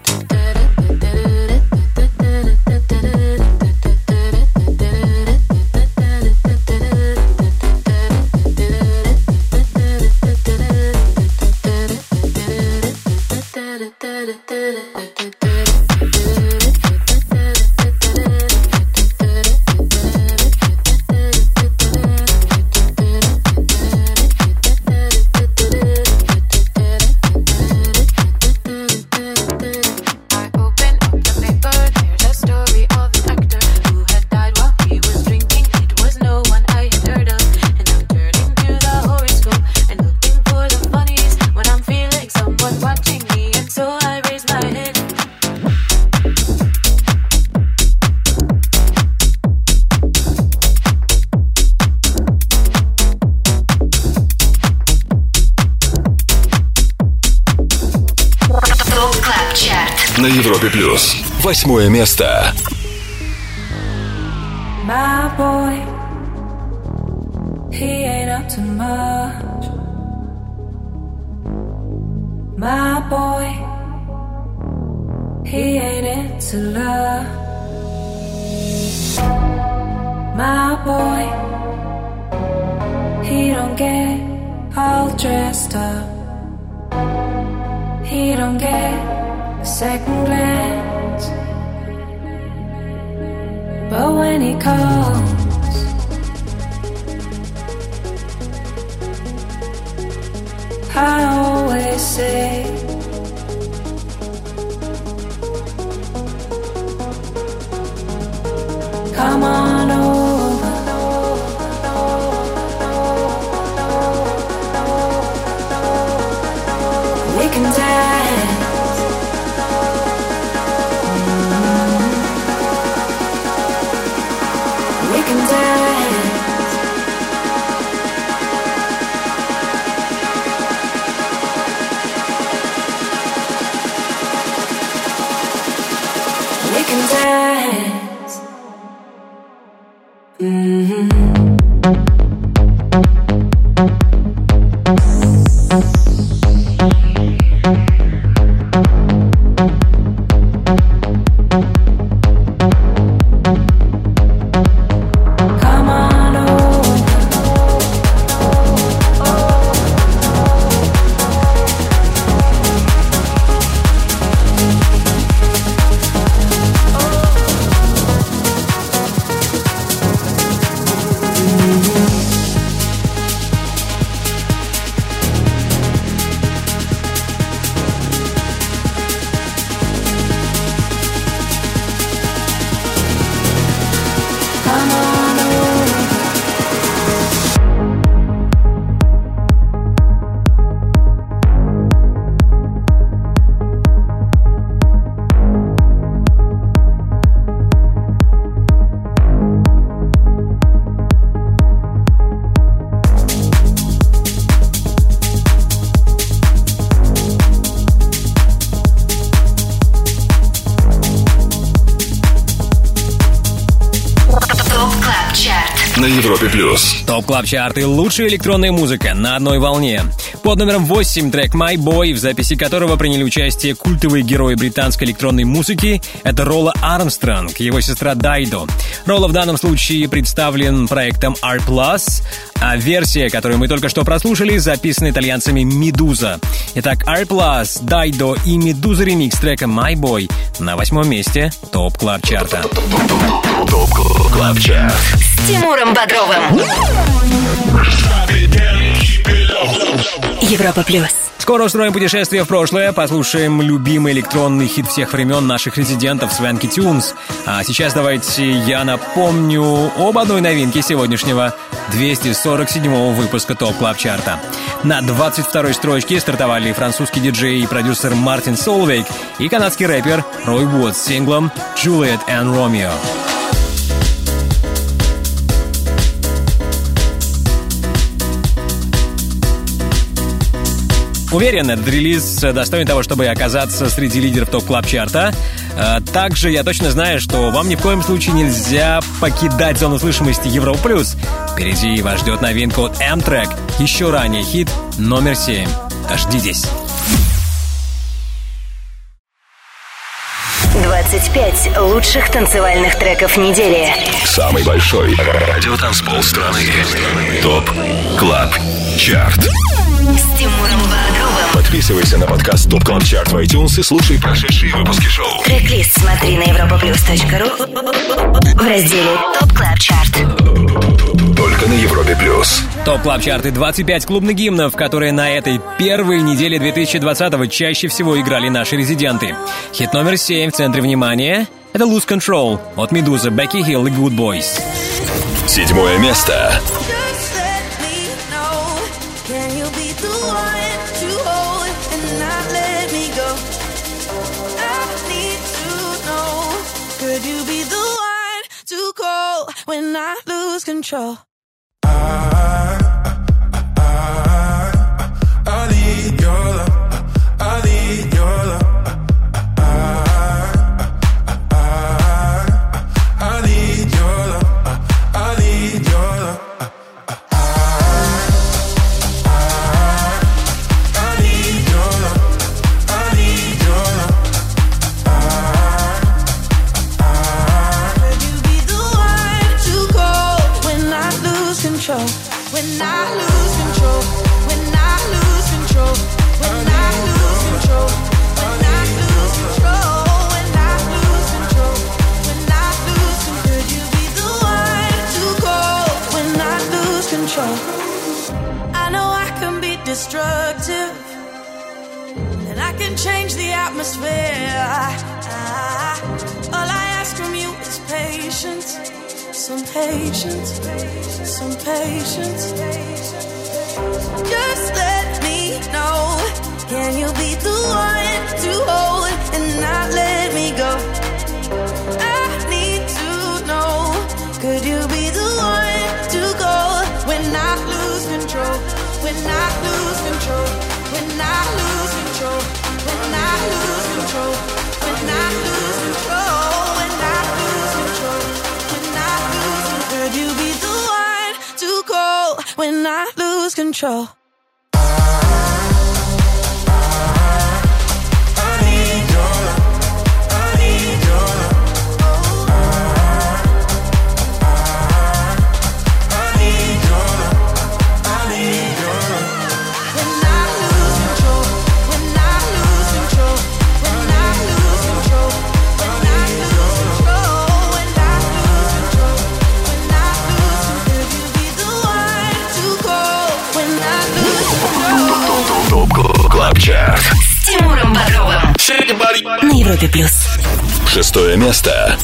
На Европе плюс. Восьмое место. My boy, he ain't up to much. My boy, he ain't into love. My boy, he don't get all dressed up. He don't get a second glance. But when he calls, I always say, come on over. We can dance. We can dance. We can dance. Mm-hmm. На Европе плюс. Топ Клаб Чарт и лучшая электронная музыка на одной волне. Под номером восемь трек My Boy, в записи которого приняли участие культовые герои британской электронной музыки. Это Ролла Армстронг, его сестра Дайдо. Ролла в данном случае представлен проектом R+, а версия, которую мы только что прослушали, записана итальянцами Медуза. Итак, R+, Дайдо и Медуза ремикс трека My Boy на восьмом месте Топ Клаб Чарта. Топ Клаб Чарт С Тимуром Бодровым. Keep it Европа плюс. Скоро устроим путешествие в прошлое, послушаем любимый электронный хит всех времен наших резидентов Swanky Tunes. А сейчас давайте я напомню об одной новинке сегодняшнего двести сорок седьмого выпуска ТОП Клаб Чарта. На двадцать второй строчке стартовали французский диджей и продюсер Мартин Солвейк и канадский рэпер Рой Вуд с синглом «Juliet and Romeo». Уверен, этот релиз достоин того, чтобы оказаться среди лидеров топ-клаб-чарта. Также я точно знаю, что вам ни в коем случае нельзя покидать зону слышимости Европа плюс. Впереди вас ждет новинка от M-Track, еще ранее хит номер семь. Дождитесь. двадцать пять лучших танцевальных треков недели. Самый большой радиотанцпол страны. ТОП Клаб Чарт. С Тимуром Бодровым. Подписывайся на подкаст ТОП Клаб Чарт в iTunes и слушай прошедшие выпуски шоу. Трек-лист смотри на европаплюс точка ру в разделе ТОП Клаб Чарт. Только на Европе плюс. ТОП Клаб Чарты, двадцать пять клубных гимнов, которые на этой первой неделе две тысячи двадцатого чаще всего играли наши резиденты. Хит номер семь в центре внимания — это Lose Control от Медузы, Бекки Хилл и Good Boys. Седьмое место. When I lose control, I, I, I, I need your love. I need your love. I, I, I need your love. I need your love. When I lose control, when I lose control, when I lose control, when I lose control, when I lose control, when I lose control, could you be the one to call when I lose control? I know I can be destructive, and I can change the atmosphere. I, I, all I ask from you is patience. Some patience, some patience. Just let me know. Can you be the one to hold and not let me go? I need to know. Could you be the one to go when I lose control? When I lose control? When I lose control? When I lose control? When I lose control? When I lose control? Could you be the one to call when I lose control? Клаб Чарт с Тимуром Бодровым на Европе плюс. Шестое место.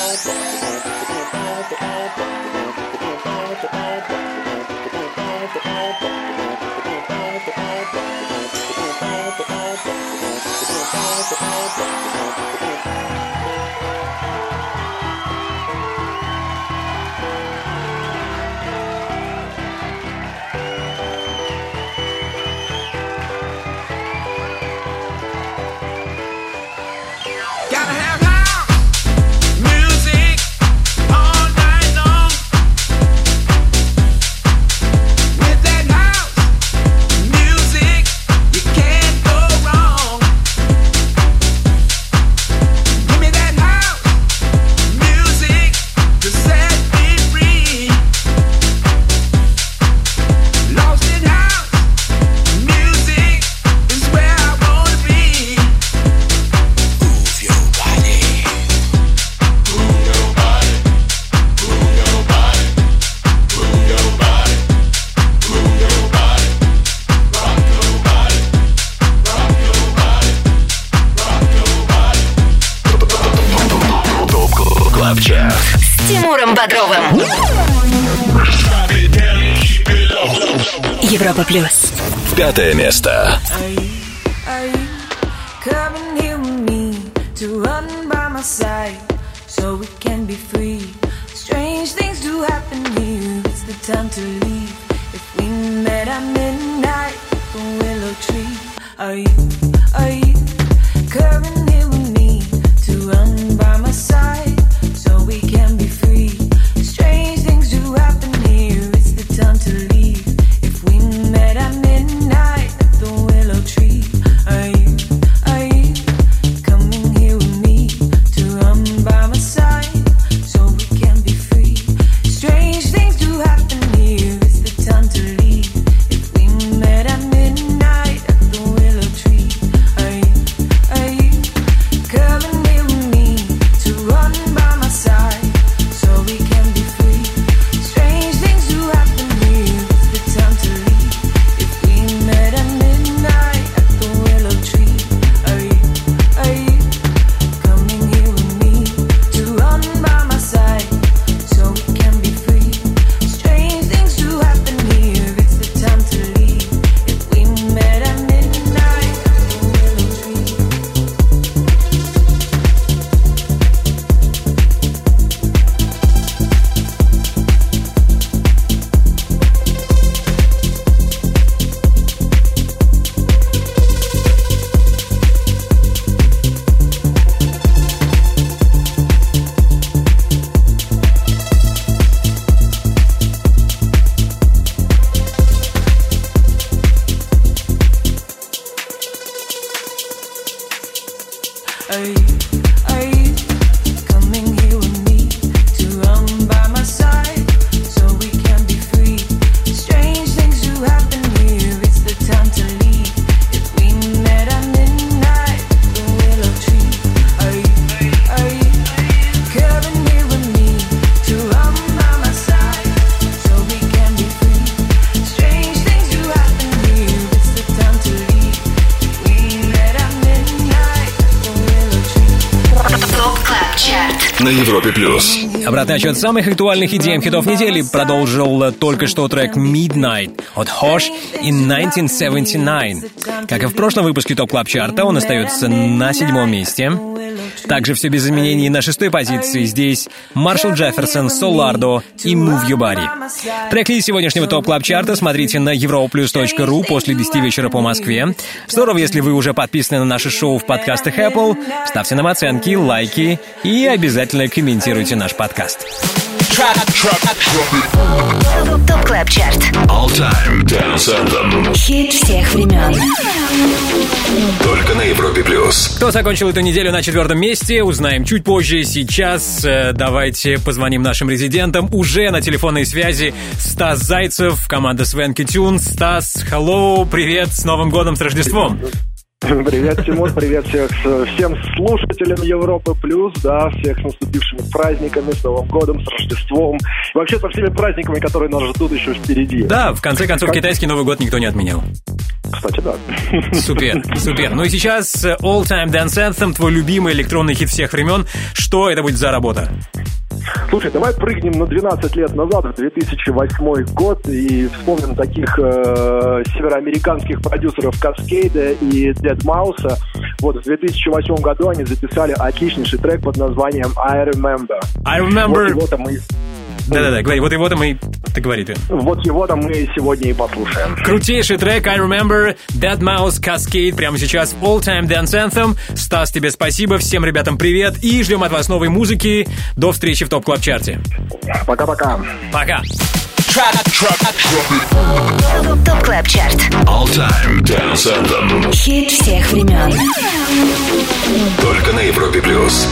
С Тимуром Бодровым. Европа плюс. Пятое место. На Европе плюс. Обратный отчет самых актуальных и ди эм-хитов недели продолжил только что трек Midnight от Hosh in nineteen seventy-nine. Как и в прошлом выпуске ТОП Клаб Чарта, он остается на седьмом месте. Также все без изменений на шестой позиции. Здесь Маршал Джефферсон, Солардо и Move Your Body. Трек-лист сегодняшнего ТОП Клаб Чарта смотрите на европлюс точка ру после десяти вечера по Москве. Здорово, если вы уже подписаны на наше шоу в подкастах Apple. Ставьте нам оценки, лайки и обязательно комментируйте наш подкаст. ТОП Клаб Чарт. All Time Dance Anthem. Хит всех времен. Только на Европе плюс. Кто закончил эту неделю на четвертом месте, узнаем чуть позже. Сейчас э, давайте позвоним нашим резидентам. Уже на телефонной связи Стас Зайцев, команда Свенки Тюн. Стас, hello, привет, с Новым годом, с Рождеством. Привет, Тимур, привет всех, всем слушателям Европы Плюс, да, всех с наступившими праздниками, с Новым годом, с Рождеством, и вообще со всеми праздниками, которые нас ждут еще впереди. Да, в конце концов, как... китайский Новый год никто не отменял. Кстати, да. Супер, супер. Ну и сейчас All Time Dance Anthem, твой любимый электронный хит всех времен. Что это будет за работа? Слушай, давай прыгнем на двенадцать лет назад, в две тысячи восьмой год, и вспомним таких э, североамериканских продюсеров Cascade и deadmau five. Вот, в две тысячи восьмом году они записали отличнейший трек под названием I Remember. I Remember. Вот его-то мы... Да-да-да, говори, вот его-то мы... Ты говори, ты. Вот его-то мы сегодня и послушаем. Крутейший трек I Remember, deadmau five, Cascade, прямо сейчас All Time Dance Anthem. Стас, тебе спасибо, всем ребятам привет, и ждем от вас новой музыки. До встречи в ТОП Клаб Чарте. Пока-пока. Пока. ТОП Клаб Чарт. All Time Dance Anthem. Хит всех времен. Только на Европе Плюс.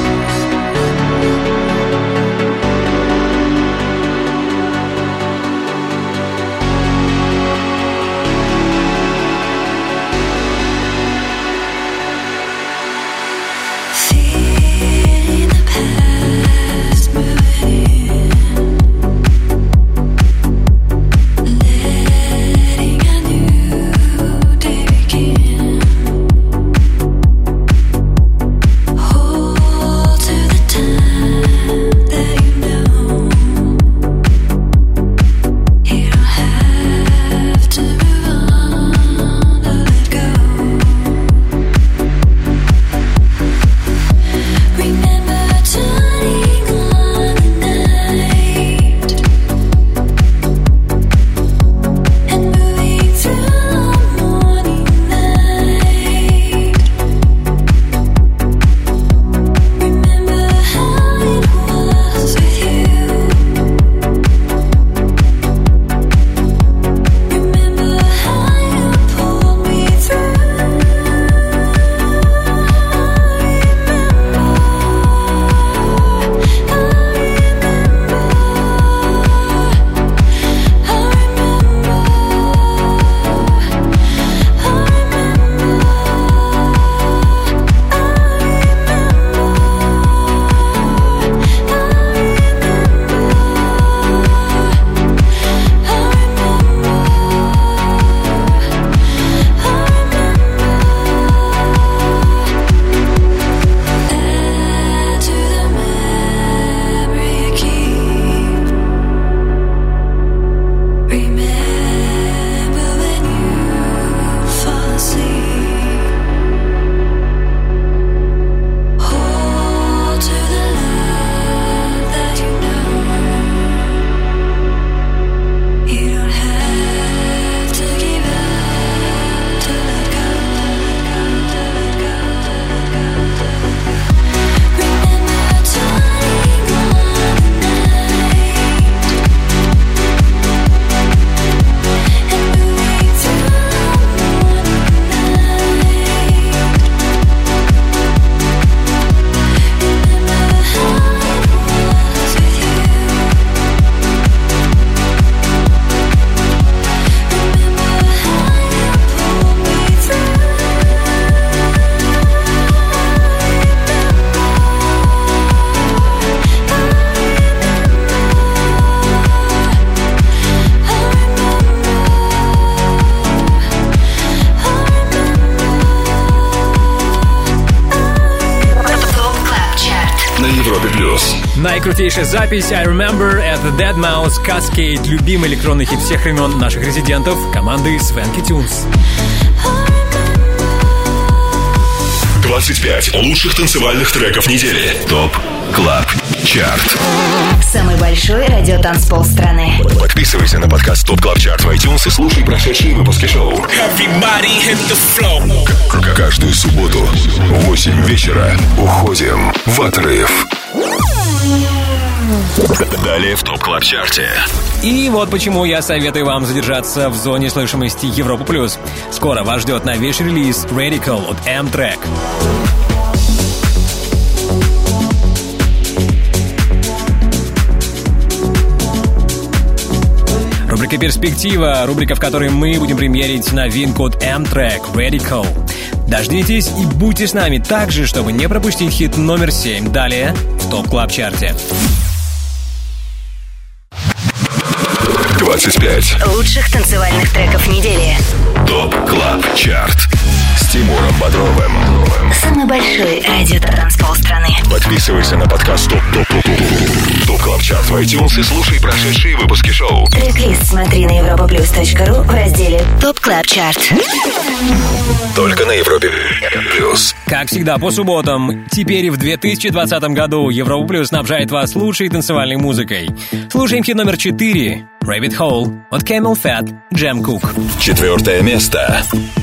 Наикрутейшая запись I Remember at the deadmau five, Cascade, любимый электронный хит всех времен наших резидентов, команды Swanky Tunes. двадцать пять лучших танцевальных треков недели. ТОП Клаб Чарт. Самый большой радиотанцпол страны. Подписывайся на подкаст ТОП Клаб Чарт в iTunes и слушай прошедшие выпуски шоу. К- каждую субботу в восемь вечера уходим в отрыв. Далее в ТОП Клаб Чарте. И вот почему я советую вам задержаться в зоне слышимости Европа Плюс. Скоро вас ждет новейший релиз Radical от M-Track. Рубрика «Перспектива», рубрика, в которой мы будем премьерить новинку от M-Track Radical. Дождитесь и будьте с нами также, чтобы не пропустить хит номер семь. Далее в ТОП Клаб Чарте. двадцать пять лучших танцевальных треков недели. ТОП Клаб Чарт с Тимуром Бодровым. Самый большой радио-транспол страны. Подписывайся на подкаст ТОП ТОП ТОП ТОП ТОП Клаб Чарт в iTunes и слушай прошедшие выпуски шоу. Трек-лист смотри на европаплюс точка ру в разделе ТОП Клаб Чарт. Только на Европе Плюс. Как всегда, по субботам. Теперь и в две тысячи двадцатом году Европа Плюс снабжает вас лучшей танцевальной музыкой. Слушаем хит номер четыре. Rabbit Hole от Camel Fat, Jam Cook. Четвертое место.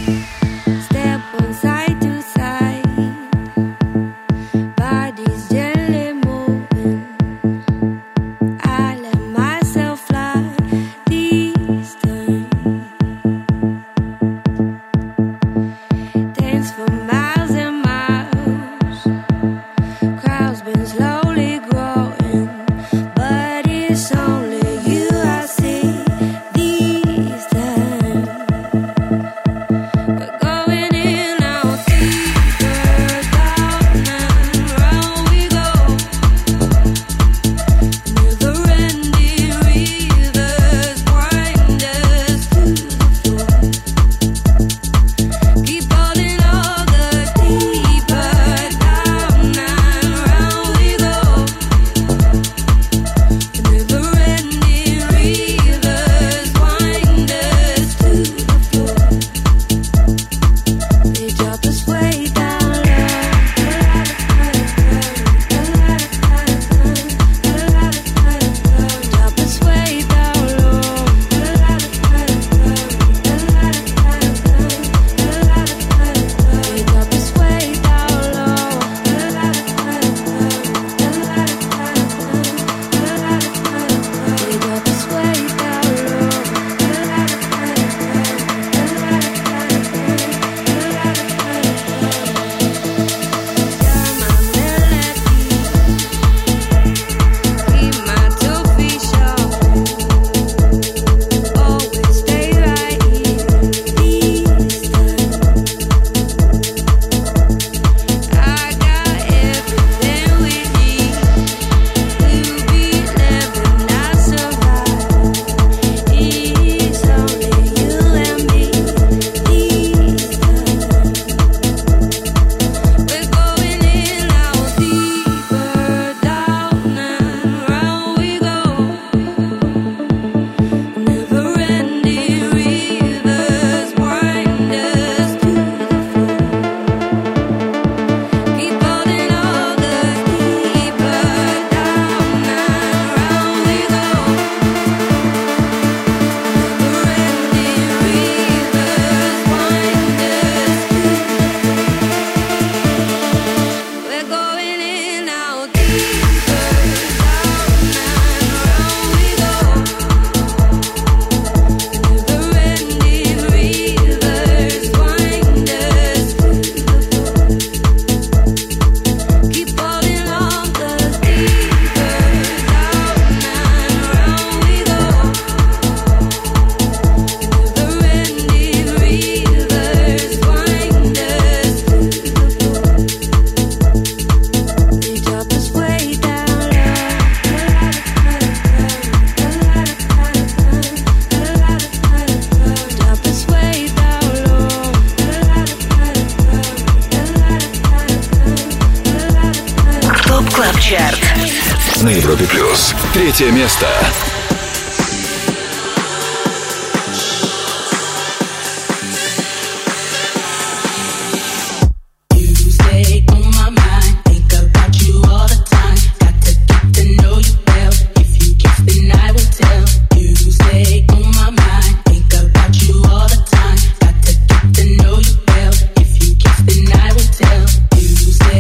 На Европе Плюс. Третье место.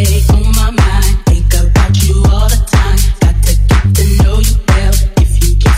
If you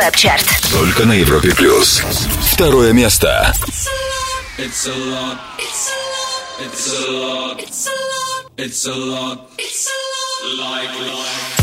Клаб Чарт. Только на Европе плюс. Второе место. It's a lot. It's a lot. It's a lot. It's a lot. It's a lot. It's a lot. Like, like.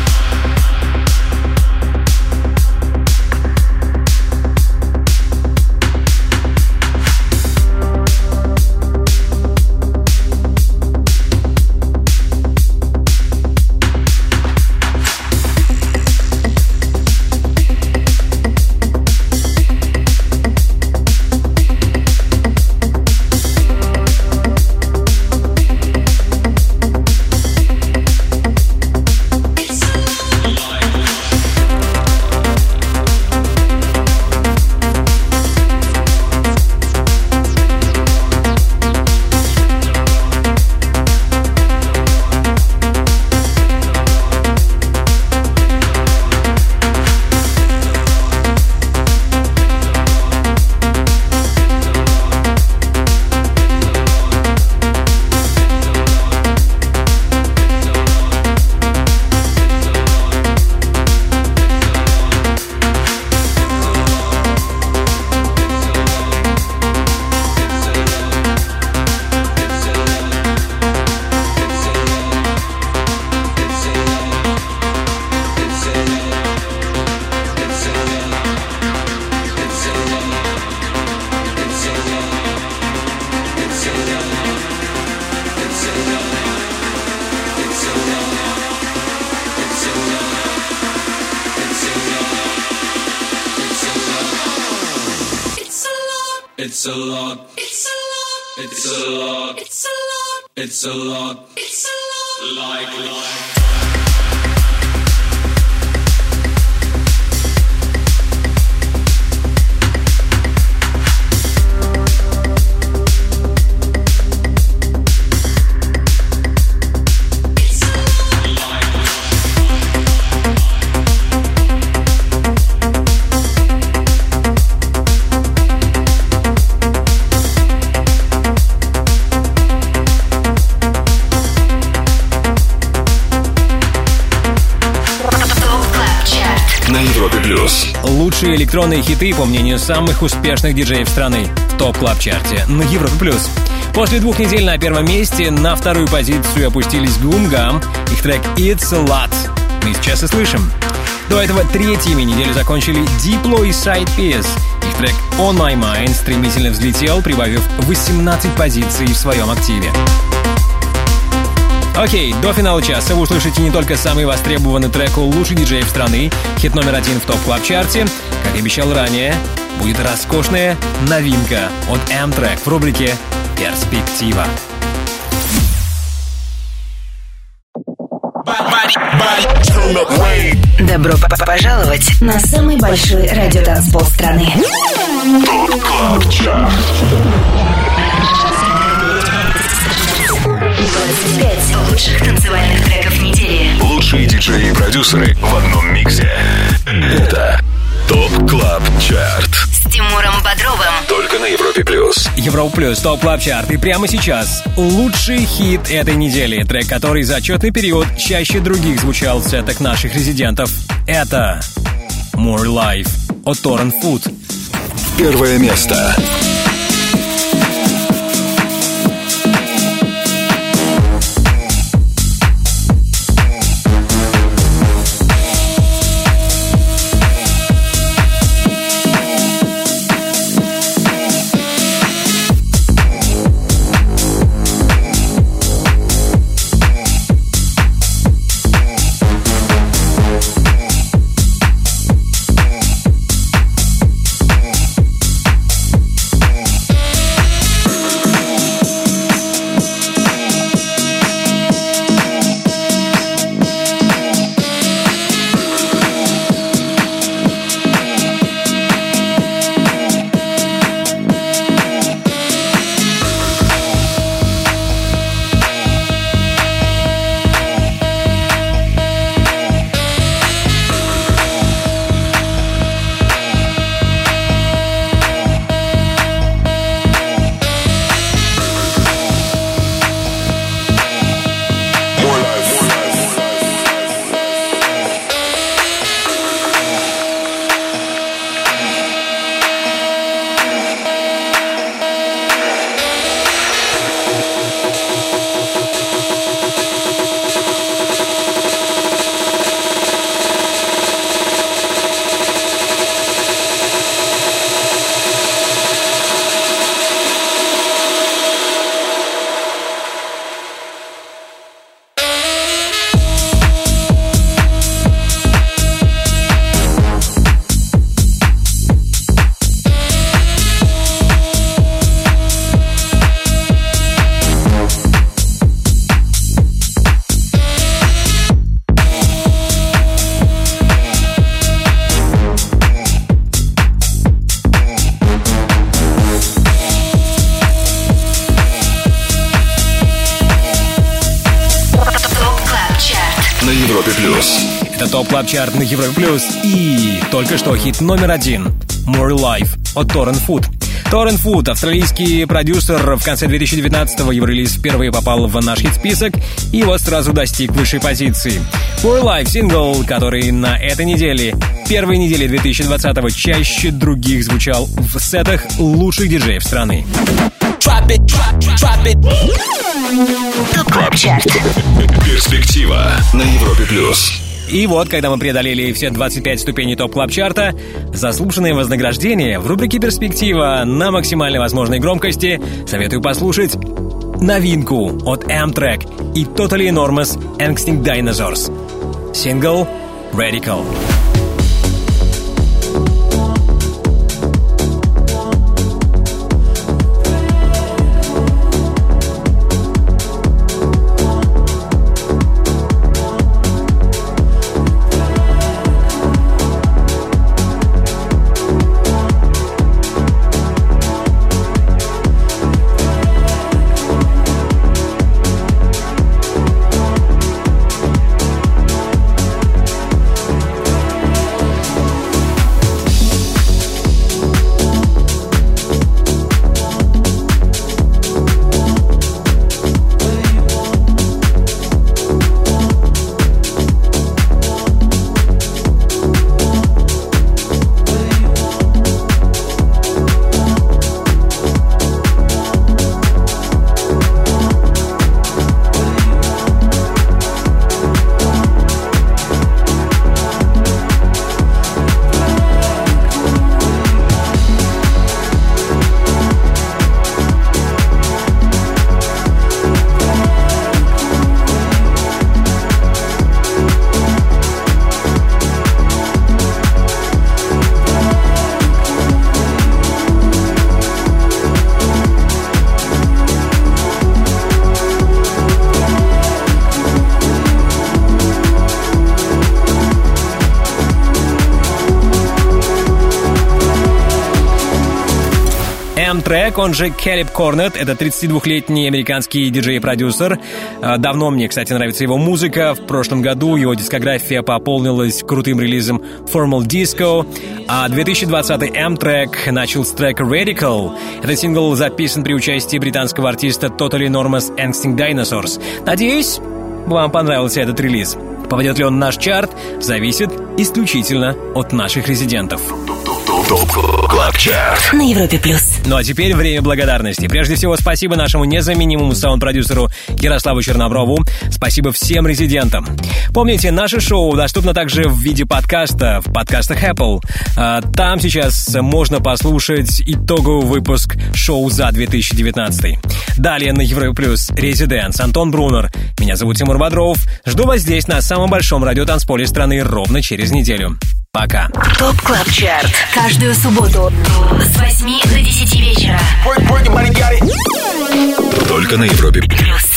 It's a lot. It's a lot. It's a lot. It's a lot. It's a lot. It's a lot. Like, like. Лучшие электронные хиты, по мнению самых успешных диджеев страны, в топ-клаб-чарте на Европе плюс. После двух недель на первом месте на вторую позицию опустились Гумгам, их трек «It's a Lot». Мы сейчас и слышим. До этого третьими неделю закончили Diplo и Side Piece. Их трек «On My Mind» стремительно взлетел, прибавив восемнадцать позиций в своем активе. Окей, до финала часа вы услышите не только самый востребованный трек у лучших диджеев страны, хит номер один в топ-клаб-чарте, как и обещал ранее, будет роскошная новинка от M-Track в рубрике «Перспектива». Добро пожаловать на самый большой радиотанцпол страны. Топ-клаб-чарт. двадцать пять лучших танцевальных треков недели. Лучшие диджеи и продюсеры в одном миксе. Это ТОП Клаб Чарт с Тимуром Бодровым. Только на Европе плюс. Европа плюс ТОП Клаб Чарт. И прямо сейчас лучший хит этой недели. Трек, который за отчетный период чаще других звучал в сетах наших резидентов. Это More Life от Torrent Food. Первое место. плюс. Это ТОП Клаб Чарт на Европе Плюс. И только что хит номер один More Life от Torrent Food. Torrent Food, австралийский продюсер, в конце две тысячи девятнадцатого Еврорелиз впервые попал в наш хит-список и вот сразу достиг высшей позиции. More Life сингл, который на этой неделе, первой неделе две тысячи двадцатого, чаще других звучал в сетах лучших диджеев страны. ТОП Клаб Чарт. Перспектива на Европе Плюс. И вот, когда мы преодолели все двадцать пять ступеней ТОП Клаб Чарта, заслуженное вознаграждение в рубрике «Перспектива» на максимально возможной громкости советую послушать новинку от Amtrak и Totally Enormous Extinct Dinosaurs. Сингл «Radical». Amtrak, он же Caleb Cornet, это тридцатидвухлетний американский диджей и продюсер. Давно мне, кстати, нравится его музыка. В прошлом году его дискография пополнилась крутым релизом Formal Disco, а две тысячи двадцатый Amtrak начал с трека Radical. Этот сингл записан при участии британского артиста Totally Enormous Extinct Dinosaurs. Надеюсь, вам понравился этот релиз. Попадет ли он в наш чарт, зависит исключительно от наших резидентов. Клаб Чарт на Европе Плюс. Ну а теперь время благодарности. Прежде всего, спасибо нашему незаменимому саунд-продюсеру Ярославу Черноброву. Спасибо всем резидентам. Помните, наше шоу доступно также в виде подкаста в подкастах Apple. Там сейчас можно послушать итоговый выпуск шоу за две тысячи девятнадцатый. Далее на Европе Плюс Резиденс, Антон Брунер. Меня зовут Тимур Бодров. Жду вас здесь на самом большом радиотанцполе страны ровно через неделю. Пока. ТОП Клаб Чарт. Каждую субботу с восьми до десяти вечера. Только на Европе Плюс.